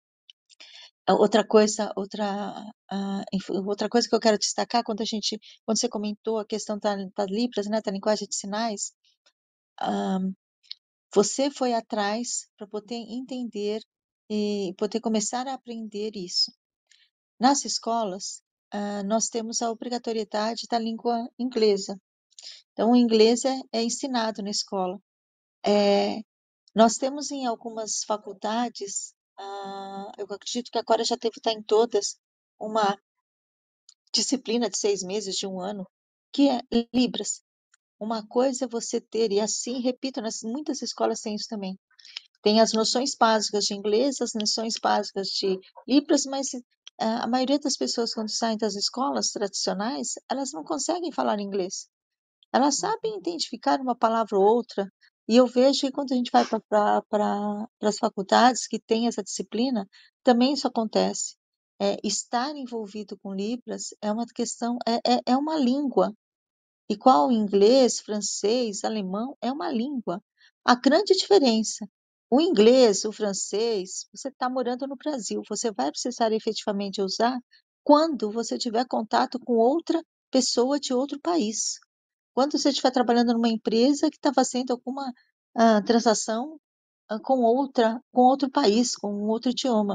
Outra coisa, outra, ah, inf- outra coisa que eu quero destacar, quando a gente, quando você comentou a questão da, da Libras, né, da linguagem de sinais, ah, você foi atrás para poder entender e poder começar a aprender isso. Nas escolas, ah, nós temos a obrigatoriedade da língua inglesa. Então, o inglês é, é ensinado na escola. É, nós temos em algumas faculdades, ah, eu acredito que agora já deve estar em todas, uma disciplina de seis meses, de um ano, que é Libras. Uma coisa é você ter, e assim, repito, nas, muitas escolas têm isso também. Tem as noções básicas de inglês, as noções básicas de Libras, mas ah, a maioria das pessoas, quando saem das escolas tradicionais, elas não conseguem falar inglês. Elas sabem identificar uma palavra ou outra, e eu vejo que quando a gente vai para pra, as faculdades que tem essa disciplina, também isso acontece. É, estar envolvido com Libras é uma questão, é, é, é uma língua, igual inglês, francês, alemão, é uma língua. A grande diferença O inglês, o francês, você está morando no Brasil, você vai precisar efetivamente usar quando você tiver contato com outra pessoa de outro país. Quando você estiver trabalhando numa empresa que está fazendo alguma ah, transação ah, com outra, com outro país, com um outro idioma.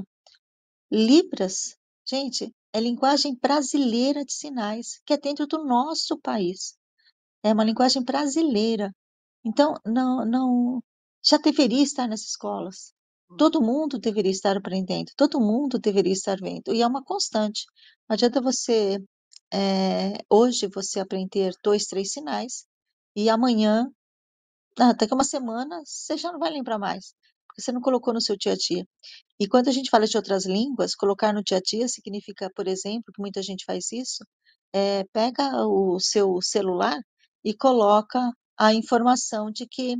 Libras, gente, é linguagem brasileira de sinais, que é dentro do nosso país. É uma linguagem brasileira. Então, não, não, já deveria estar nas escolas. Hum, Todo mundo deveria estar aprendendo, todo mundo deveria estar vendo. E é uma constante. Não adianta você, é, hoje, você aprender dois, três sinais, e amanhã, ah, daqui a uma semana, você já não vai lembrar mais, porque você não colocou no seu dia a dia. E quando a gente fala de outras línguas, colocar no dia a dia significa, por exemplo, que muita gente faz isso, é, pega o seu celular e coloca a informação de que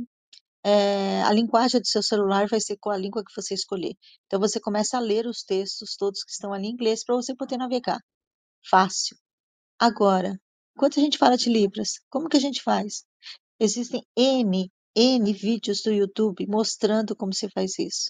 é, a linguagem do seu celular vai ser com a língua que você escolher. Então você começa a ler os textos todos que estão ali em inglês para você poder navegar. Fácil. Agora, quando a gente fala de Libras, como que a gente faz? Existem N, N vídeos do YouTube mostrando como se faz isso.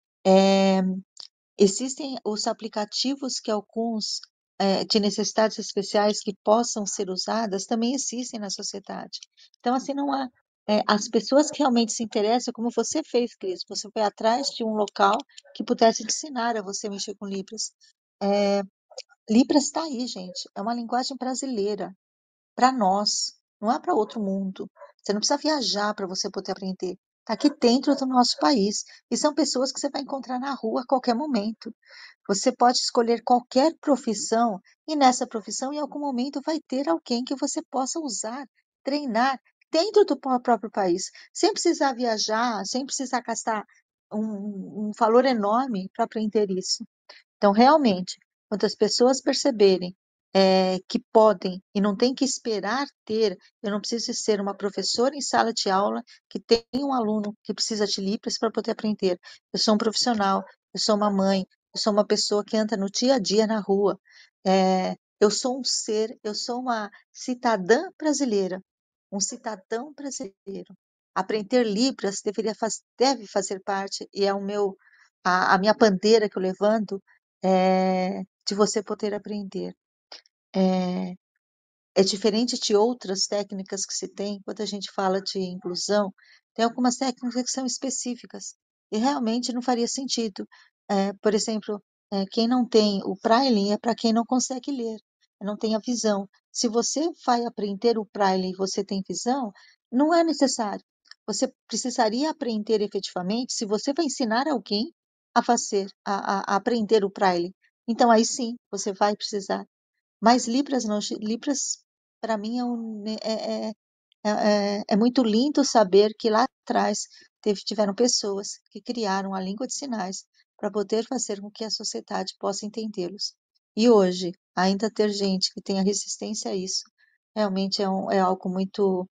É, existem os aplicativos que alguns eh, de necessidades especiais que possam ser usadas também existem na sociedade. Então, assim, não há. Eh, as pessoas que realmente se interessam, como você fez, Cris, você foi atrás de um local que pudesse te ensinar a você mexer com Libras. Eh, Libras está aí, gente. É uma linguagem brasileira para nós, não é para outro mundo. Você não precisa viajar para você poder aprender. Está aqui dentro do nosso país. E são pessoas que você vai encontrar na rua a qualquer momento. Você pode escolher qualquer profissão e nessa profissão, em algum momento, vai ter alguém que você possa usar, treinar dentro do pró- próprio país, sem precisar viajar, sem precisar gastar um, um valor enorme para aprender isso. Então, realmente, quando as pessoas perceberem eh, que podem e não tem que esperar ter, eu não preciso ser uma professora em sala de aula que tem um aluno que precisa de Libras para poder aprender. Eu sou um profissional, eu sou uma mãe, eu sou uma pessoa que anda no dia a dia na rua. Eh, eu sou um ser, eu sou uma cidadã brasileira, um cidadão brasileiro. Aprender Libras deveria faz, deve fazer parte, e é o meu, a, a minha bandeira que eu levanto, é, de você poder aprender. É, é diferente de outras técnicas que se tem, quando a gente fala de inclusão, tem algumas técnicas que são específicas e realmente não faria sentido. É, por exemplo, é, quem não tem o Braille é para quem não consegue ler, não tem a visão. Se você vai aprender o Braille e você tem visão, não é necessário. Você precisaria aprender efetivamente se você vai ensinar alguém a fazer, a, a, a aprender o Braille. Então, aí sim, você vai precisar. Mas Libras não, Libras para mim é, um, é, é, é, é muito lindo saber que lá atrás teve, tiveram pessoas que criaram a língua de sinais para poder fazer com que a sociedade possa entendê-los. E hoje, ainda ter gente que tenha resistência a isso, realmente é, um, é algo muito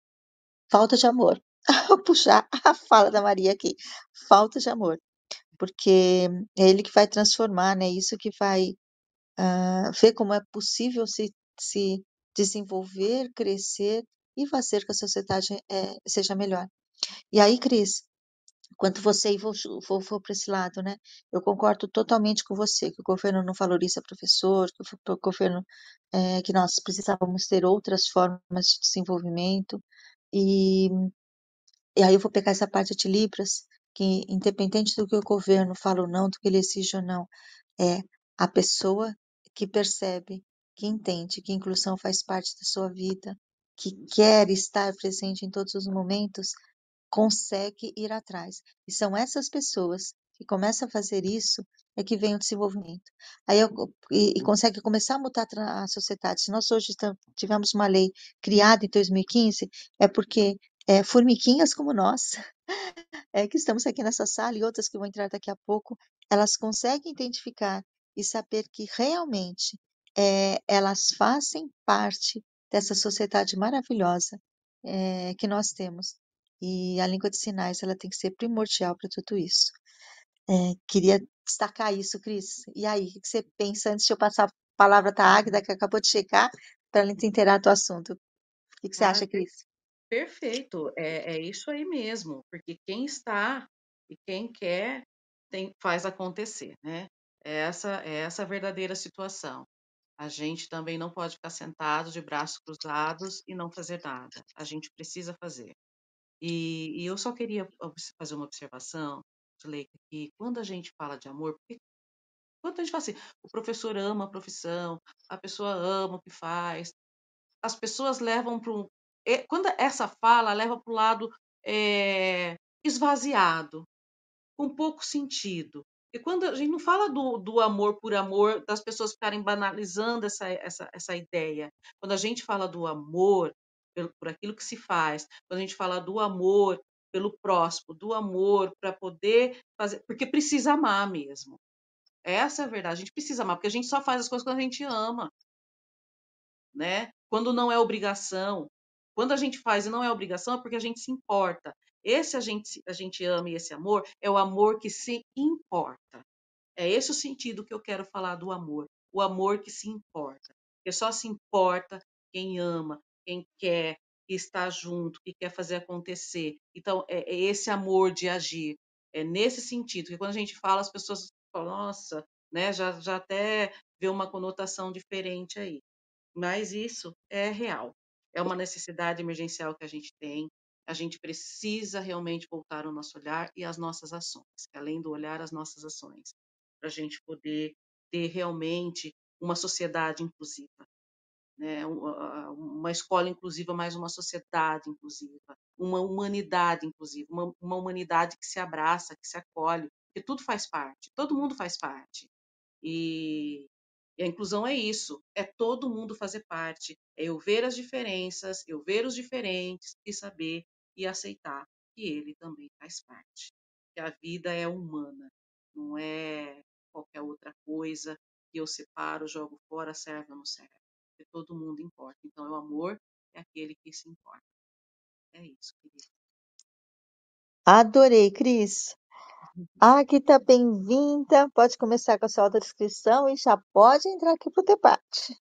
falta de amor. Vou puxar a fala da Maria aqui, falta de amor, porque é ele que vai transformar, né? Isso que vai ah, ver como é possível se, se desenvolver, crescer e fazer que a sociedade eh, seja melhor. E aí, Cris, quando você, e vou, vou, vou para esse lado, né? Eu concordo totalmente com você, que o governo não valoriza professor, que o, o governo, eh, que nós precisávamos ter outras formas de desenvolvimento, e, e aí eu vou pegar essa parte de Libras, que independente do que o governo fala ou não, do que ele exige ou não, é a pessoa que percebe, que entende que inclusão faz parte da sua vida, que quer estar presente em todos os momentos, consegue ir atrás. E são essas pessoas que começam a fazer isso é que vem o desenvolvimento. Aí eu, e, e consegue começar a mudar a sociedade. Se nós hoje tivemos uma lei criada em dois mil e quinze, é porque é, formiguinhas como nós é, que estamos aqui nessa sala e outras que vão entrar daqui a pouco, elas conseguem identificar e saber que realmente é, elas fazem parte dessa sociedade maravilhosa é, que nós temos. E a língua de sinais ela tem que ser primordial para tudo isso. É, queria destacar isso, Cris. E aí, o que você pensa antes de eu passar a palavra para a Águida, que acabou de chegar, para ela inteirar do assunto? O que você Ah, acha, per- Cris? perfeito. É, é isso aí mesmo, porque quem está e quem quer tem, faz acontecer, né? Essa é essa a verdadeira situação. A gente também não pode ficar sentado de braços cruzados e não fazer nada. A gente precisa fazer. E, e eu só queria obs- fazer uma observação, Zuleika, que quando a gente fala de amor, porque quando a gente fala assim, o professor ama a profissão, a pessoa ama o que faz, as pessoas levam para um. é, Quando essa fala leva para o lado é, esvaziado, com pouco sentido. E quando a gente não fala do, do amor por amor, das pessoas ficarem banalizando essa, essa, essa ideia. Quando a gente fala do amor pelo, por aquilo que se faz, quando a gente fala do amor pelo próximo, do amor para poder fazer, porque precisa amar mesmo. Essa é a verdade. A gente precisa amar, porque a gente só faz as coisas quando a gente ama, né? Quando não é obrigação. Quando a gente faz e não é obrigação, é porque a gente se importa. Esse a gente, a gente ama e esse amor é o amor que se importa. É esse o sentido que eu quero falar do amor. O amor que se importa. Porque só se importa quem ama, quem quer, que está junto, que quer fazer acontecer. Então, é, é esse amor de agir. É nesse sentido. Que quando a gente fala, as pessoas falam, nossa, né, já, já até vê uma conotação diferente aí. Mas isso é real. É uma necessidade emergencial que a gente tem. A gente precisa realmente voltar o nosso olhar e as nossas ações, além do olhar, as nossas ações, para a gente poder ter realmente uma sociedade inclusiva, né? Uma escola inclusiva, mais uma sociedade inclusiva, uma humanidade inclusiva, uma, uma humanidade que se abraça, que se acolhe, que tudo faz parte, todo mundo faz parte. E, e a inclusão é isso, é todo mundo fazer parte, é eu ver as diferenças, eu ver os diferentes e saber e aceitar que ele também faz parte. Que a vida é humana, não é qualquer outra coisa que eu separo, jogo fora, serve ou não serve. Porque todo mundo importa. Então, o amor é aquele que se importa. É isso, querida. Adorei, Cris. Ah, que tá bem-vinda. Pode começar com a sua autodescrição e já pode entrar aqui para o debate.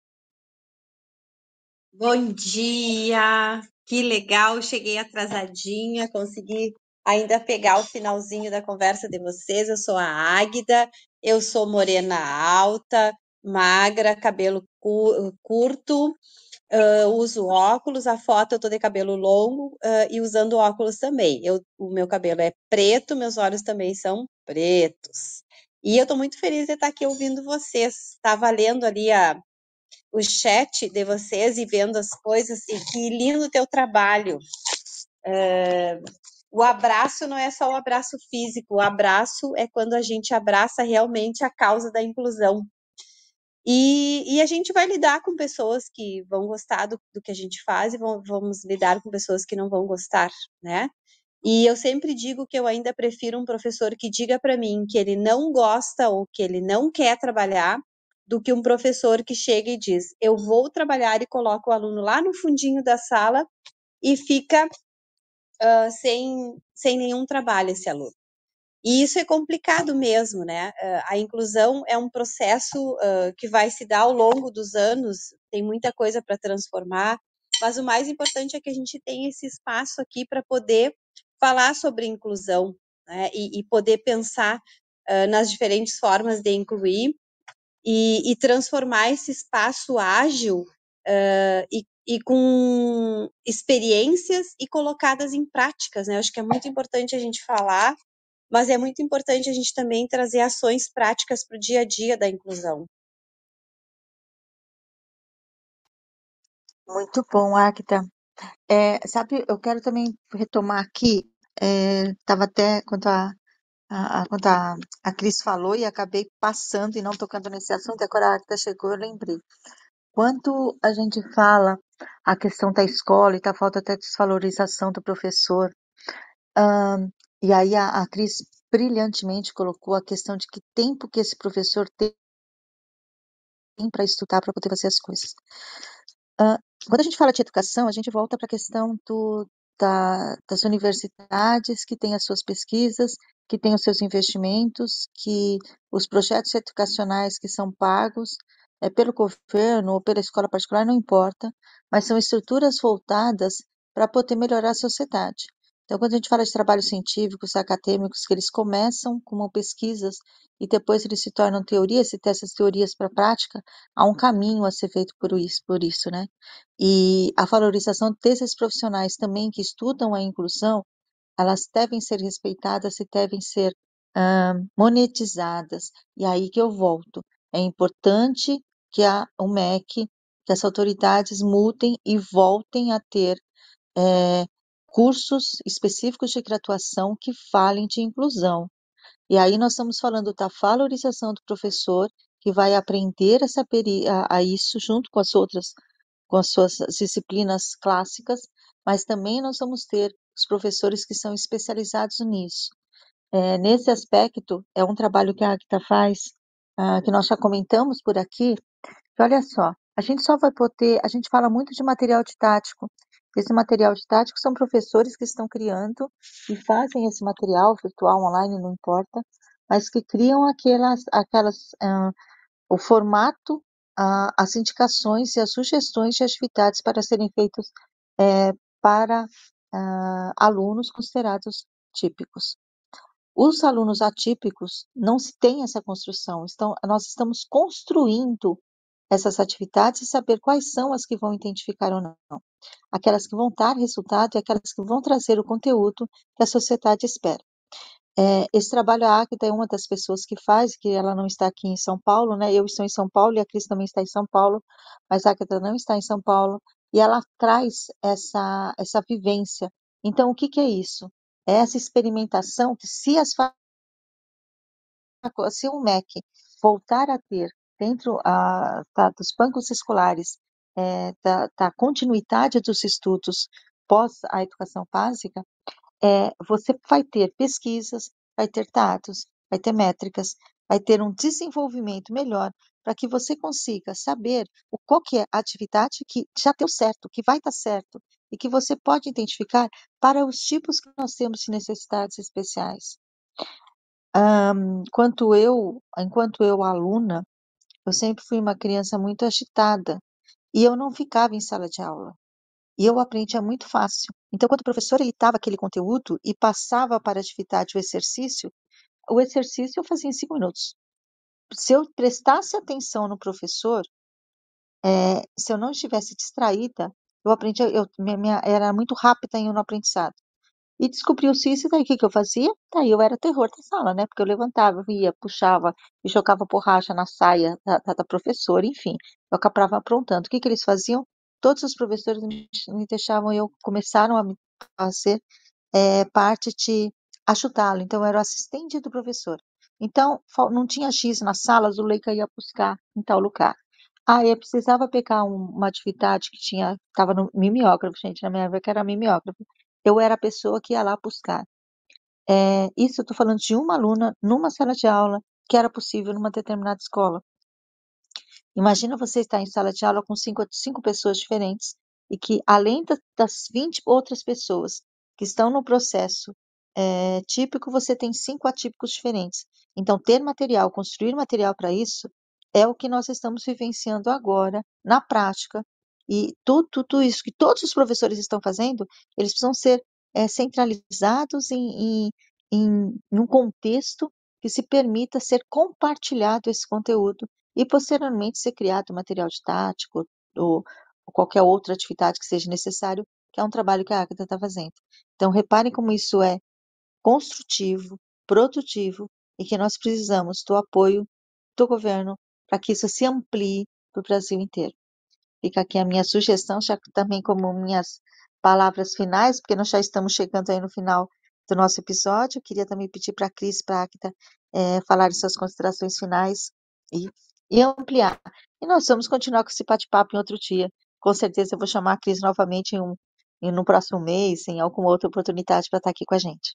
Bom dia, que legal, cheguei atrasadinha, consegui ainda pegar o finalzinho da conversa de vocês. Eu sou a Águida, eu sou morena alta, magra, cabelo cu- curto, ah, uso óculos, a foto eu tô de cabelo longo, ah, e usando óculos também. Eu, o meu cabelo é preto, meus olhos também são pretos. E eu tô muito feliz de estar aqui ouvindo vocês. Estava lendo ali a o chat de vocês e vendo as coisas, e que lindo o teu trabalho. É, o abraço não é só o abraço físico, o abraço é quando a gente abraça realmente a causa da inclusão. E, e a gente vai lidar com pessoas que vão gostar do, do que a gente faz e vão, vamos lidar com pessoas que não vão gostar, né? E eu sempre digo que eu ainda prefiro um professor que diga para mim que ele não gosta ou que ele não quer trabalhar, do que um professor que chega e diz: eu vou trabalhar, e coloca o aluno lá no fundinho da sala e fica uh, sem, sem nenhum trabalho esse aluno. E isso é complicado mesmo, né? Uh, a inclusão é um processo uh, que vai se dar ao longo dos anos, tem muita coisa para transformar, mas o mais importante é que a gente tenha esse espaço aqui para poder falar sobre inclusão, né? E, e poder pensar uh, nas diferentes formas de incluir e, e transformar esse espaço ágil uh, e, e com experiências e colocadas em práticas, né? Eu acho que é muito importante a gente falar, mas é muito importante a gente também trazer ações práticas para o dia a dia da inclusão. Muito bom, Agatha. É, sabe, eu quero também retomar aqui, estava até quando a, a, a- quando a, a Cris falou e acabei passando e não tocando nesse assunto, e agora a Agatha chegou, eu lembrei. Quando a gente fala a questão da escola e da falta até de desvalorização do professor, ahn, e aí a, a Cris brilhantemente colocou a questão de que tempo que esse professor tem para estudar para poder fazer as coisas. Ah, quando a gente fala de educação, a gente volta para a questão do, da, das universidades que têm as suas pesquisas, que têm os seus investimentos, que os projetos educacionais que são pagos é, pelo governo ou pela escola particular, não importa, mas são estruturas voltadas para poder melhorar a sociedade. Então, quando a gente fala de trabalhos científicos, acadêmicos, que eles começam como pesquisas e depois eles se tornam teorias, e essas teorias para a prática, há um caminho a ser feito por isso, por isso, né? E a valorização desses profissionais também que estudam a inclusão, elas devem ser respeitadas e devem ser ah, monetizadas. E aí que eu volto. É importante que a, o M E C, que as autoridades mudem e voltem a ter é, cursos específicos de graduação que falem de inclusão. E aí nós estamos falando da valorização do professor, que vai aprender a saber a, a isso junto com as outras, com as suas disciplinas clássicas, mas também nós vamos ter os professores que são especializados nisso. É, nesse aspecto, é um trabalho que a Acta faz, ah, que nós já comentamos por aqui, que olha só, a gente só vai poder, a gente fala muito de material didático. Esse material didático são professores que estão criando e fazem esse material virtual, online, não importa, mas que criam aquelas, aquelas, ah, o formato, ah, as indicações e as sugestões de atividades para serem feitas eh, para ah, alunos considerados típicos. Os alunos atípicos não se tem essa construção, então nós estamos construindo essas atividades e saber quais são as que vão identificar ou não. Aquelas que vão dar resultado e aquelas que vão trazer o conteúdo que a sociedade espera. É, esse trabalho, a Águida é uma das pessoas que faz, que ela não está aqui em São Paulo, né? Eu estou em São Paulo e a Cris também está em São Paulo, mas a Águida não está em São Paulo, e ela traz essa, essa vivência. Então, o que, que é isso? É essa experimentação que, se as se o M E C voltar a ter dentro a, tá, dos bancos escolares é, da, da continuidade dos estudos pós a educação básica, é, você vai ter pesquisas, vai ter dados, vai ter métricas, vai ter um desenvolvimento melhor para que você consiga saber o, qual que é a atividade que já deu certo, que vai dar certo, e que você pode identificar para os tipos que nós temos de necessidades especiais. Um, quanto eu, enquanto eu aluna, eu sempre fui uma criança muito agitada e eu não ficava em sala de aula. E eu aprendia muito fácil. Então, quando o professor ele dava aquele conteúdo e passava para a atividade o exercício, o exercício eu fazia em cinco minutos. Se eu prestasse atenção no professor, é, se eu não estivesse distraída, eu aprendia, eu minha, minha- era muito rápida em no aprendizado. E descobriu-se isso, e daí o que que eu fazia? Daí eu era terror da sala, né? Porque eu levantava, eu ia, puxava e jogava borracha na saia da, da, da professora, enfim, eu acabava aprontando. O que que eles faziam? Todos os professores me, me deixavam, eu começaram a me fazer é, parte de ajudá-lo. Então, eu era o assistente do professor. Então, fal- não tinha X na sala, a Zuleika ia buscar em tal lugar. Ah, eu precisava pegar um- uma atividade que tinha, estava no mimeógrafo, gente, na minha época era mimeógrafo. Eu era a pessoa que ia lá buscar. É, isso eu estou falando de uma aluna numa sala de aula que era possível numa determinada escola. Imagina você estar em sala de aula com cinco, cinco pessoas diferentes e que, além da- das vinte outras pessoas que estão no processo é, típico, você tem cinco atípicos diferentes. Então, ter material, construir material para isso, é o que nós estamos vivenciando agora, na prática. E tudo, tudo isso que todos os professores estão fazendo, eles precisam ser é, centralizados em, em, em um contexto que se permita ser compartilhado esse conteúdo e posteriormente ser criado material didático ou, ou qualquer outra atividade que seja necessário, que é um trabalho que a Agatha está fazendo. Então, reparem como isso é construtivo, produtivo e que nós precisamos do apoio do governo para que isso se amplie para o Brasil inteiro. Fica aqui a minha sugestão, já que também como minhas palavras finais, porque nós já estamos chegando aí no final do nosso episódio. Queria também pedir para a Cris, para a Acta, é, falar suas considerações finais e, e ampliar. E nós vamos continuar com esse bate-papo em outro dia. Com certeza eu vou chamar a Cris novamente em um, em, no próximo mês, em alguma outra oportunidade para estar aqui com a gente.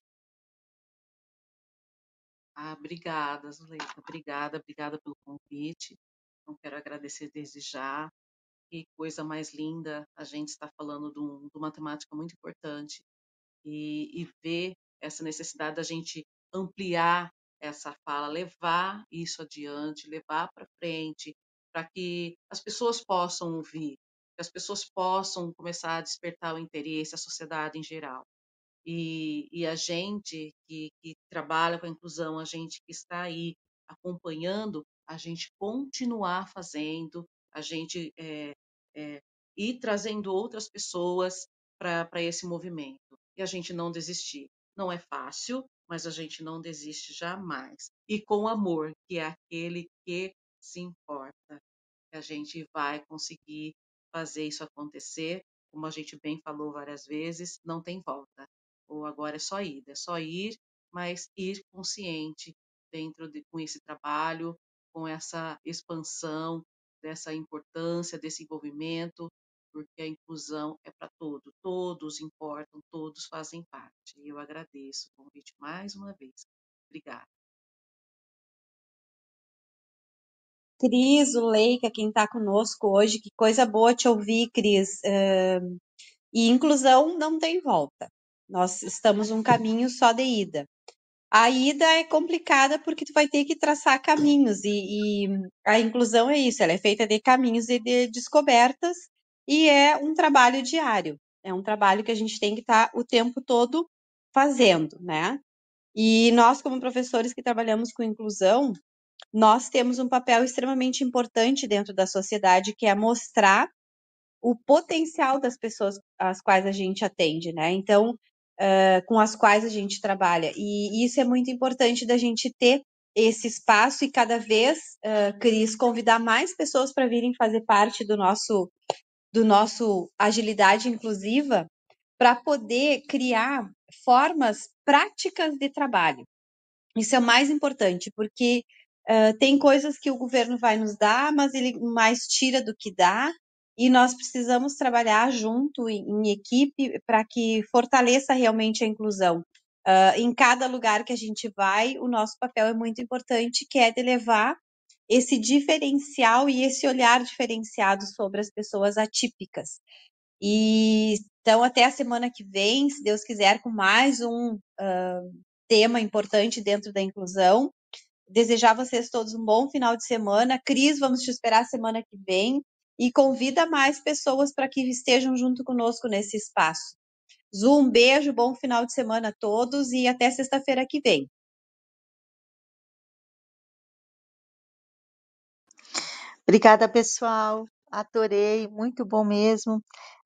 Ah, obrigada, Zuleika. Obrigada, obrigada pelo convite. Então, quero agradecer desde já. Que coisa mais linda a gente está falando de, um, de uma temática muito importante e, e ver essa necessidade da gente ampliar essa fala, levar isso adiante, levar para frente, para que as pessoas possam ouvir, que as pessoas possam começar a despertar o interesse, a sociedade em geral. E, e a gente que, que trabalha com a inclusão, a gente que está aí acompanhando, a gente continuar fazendo, a gente é, é, ir trazendo outras pessoas para esse movimento e a gente não desistir. Não é fácil, mas a gente não desiste jamais. E com amor, que é aquele que se importa, que a gente vai conseguir fazer isso acontecer. Como a gente bem falou várias vezes, não tem volta. Ou agora é só ir, é só ir, mas ir consciente dentro de com esse trabalho, com essa expansão dessa importância, desse envolvimento, porque a inclusão é para todos, todos importam, todos fazem parte. E eu agradeço o convite mais uma vez. Obrigada. Cris, o Leica, quem está conosco hoje, que coisa boa te ouvir, Cris. Eh, E inclusão não tem volta. Nós estamos um caminho só de ida. A ida é complicada porque tu vai ter que traçar caminhos e, e a inclusão é isso, ela é feita de caminhos e de descobertas e é um trabalho diário. É um trabalho que a gente tem que estar o tempo todo fazendo, né? E nós, como professores que trabalhamos com inclusão, nós temos um papel extremamente importante dentro da sociedade, que é mostrar o potencial das pessoas às quais a gente atende, né? Então, uh, com as quais a gente trabalha. E isso é muito importante da gente ter esse espaço e cada vez, uh, Cris, convidar mais pessoas para virem fazer parte do nosso, do nosso agilidade inclusiva, para poder criar formas práticas de trabalho. Isso é o mais importante, porque uh, tem coisas que o governo vai nos dar, mas ele mais tira do que dá, e nós precisamos trabalhar junto em, em equipe para que fortaleça realmente a inclusão. Uh, em cada lugar que a gente vai, o nosso papel é muito importante, que é de levar esse diferencial e esse olhar diferenciado sobre as pessoas atípicas. E então, até a semana que vem, se Deus quiser, com mais um uh, tema importante dentro da inclusão. Desejar a vocês todos um bom final de semana. Cris, vamos te esperar semana que vem e convida mais pessoas para que estejam junto conosco nesse espaço. Zu, um beijo, bom final de semana a todos e até sexta-feira que vem. Obrigada, pessoal. Adorei, muito bom mesmo.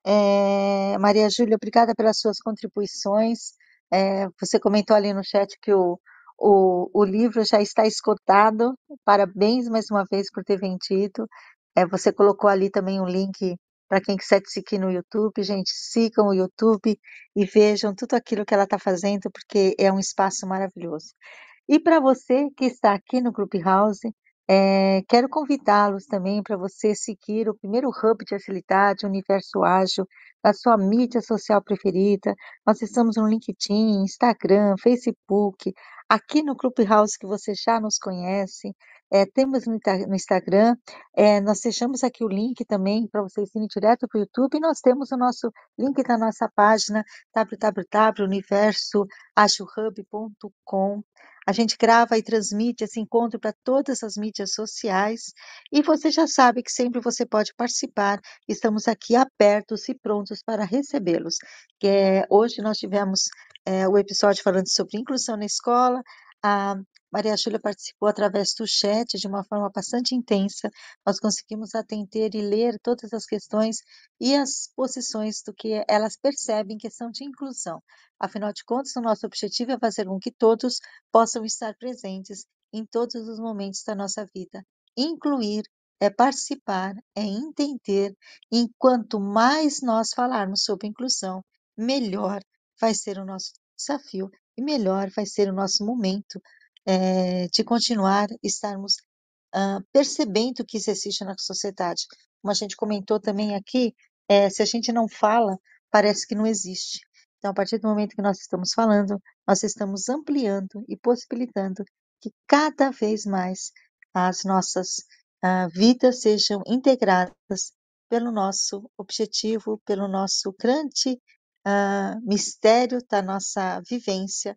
É, Maria Júlia, obrigada pelas suas contribuições. É, você comentou ali no chat que o, o, o livro já está esgotado. Parabéns mais uma vez por ter vendido. É, você colocou ali também um link para quem quiser te seguir no YouTube. Gente, sigam o YouTube e vejam tudo aquilo que ela está fazendo, porque é um espaço maravilhoso. E para você que está aqui no Clubhouse, é, quero convidá-los também para você seguir o primeiro Hub de Agilidade, Universo Ágil, na sua mídia social preferida. Nós estamos no LinkedIn, Instagram, Facebook, aqui no Clubhouse que você já nos conhece. É, temos no, no Instagram, é, nós deixamos aqui o link também para vocês irem direto para o YouTube e nós temos o nosso link na nossa página w w w ponto universo agil hub ponto com. A gente grava e transmite esse encontro para todas as mídias sociais e você já sabe que sempre você pode participar. Estamos aqui abertos e prontos para recebê-los. É, hoje nós tivemos é, o episódio falando sobre inclusão na escola. A Maria Júlia participou através do chat de uma forma bastante intensa. Nós conseguimos atender e ler todas as questões e as posições do que elas percebem em questão de inclusão. Afinal de contas, o nosso objetivo é fazer com que todos possam estar presentes em todos os momentos da nossa vida. Incluir é participar, é entender. E quanto mais nós falarmos sobre inclusão, melhor vai ser o nosso desafio e melhor vai ser o nosso momento é, de continuar estarmos uh, percebendo que isso existe na sociedade. Como a gente comentou também aqui, é, se a gente não fala, parece que não existe. Então, a partir do momento que nós estamos falando, nós estamos ampliando e possibilitando que cada vez mais as nossas uh, vidas sejam integradas pelo nosso objetivo, pelo nosso grande uh, mistério da nossa vivência,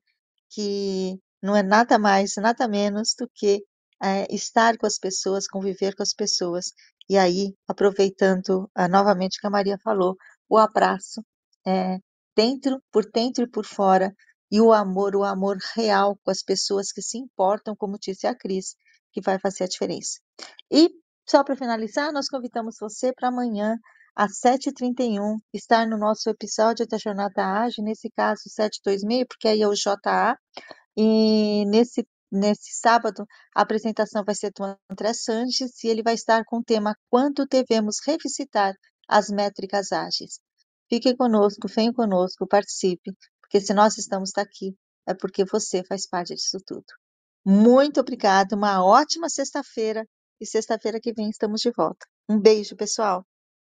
que não é nada mais, nada menos do que é, estar com as pessoas, conviver com as pessoas. E aí, aproveitando uh, novamente o que a Maria falou, o abraço é, dentro, por dentro e por fora, e o amor, o amor real com as pessoas que se importam, como disse a Cris, que vai fazer a diferença. E, só para finalizar, nós convidamos você para amanhã, às sete e trinta e um, estar no nosso episódio da Jornada Ágil, nesse caso sete dois seis, porque aí é o J A, e nesse, nesse sábado a apresentação vai ser do André Sanches, e ele vai estar com o tema Quando devemos revisitar as métricas ágeis. Fique conosco, venha conosco, participe, porque se nós estamos aqui, é porque você faz parte disso tudo. Muito obrigada, uma ótima sexta-feira, e sexta-feira que vem estamos de volta. Um beijo, pessoal!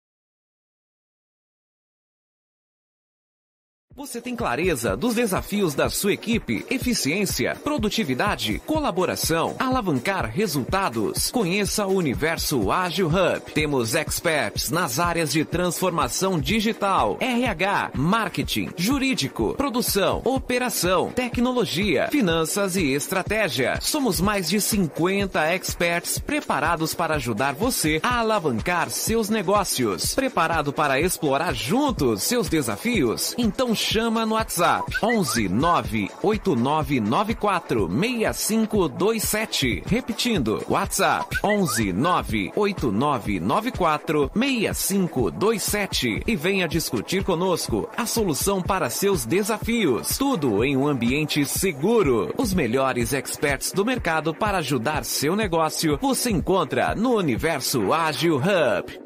Você tem clareza dos desafios da sua equipe? Eficiência, produtividade, colaboração, alavancar resultados. Conheça o Universo Ágil Hub. Temos experts nas áreas de transformação digital, R H, marketing, jurídico, produção, operação, tecnologia, finanças e estratégia. Somos mais de cinquenta experts preparados para ajudar você a alavancar seus negócios. Preparado para explorar juntos seus desafios? Então chama no WhatsApp onze nove oito nove nove quatro seis cinco dois sete. Repetindo, WhatsApp onze nove oito nove nove quatro seis cinco dois sete e venha discutir conosco a solução para seus desafios. Tudo em um ambiente seguro. Os melhores experts do mercado para ajudar seu negócio você encontra no Universo Ágil Hub.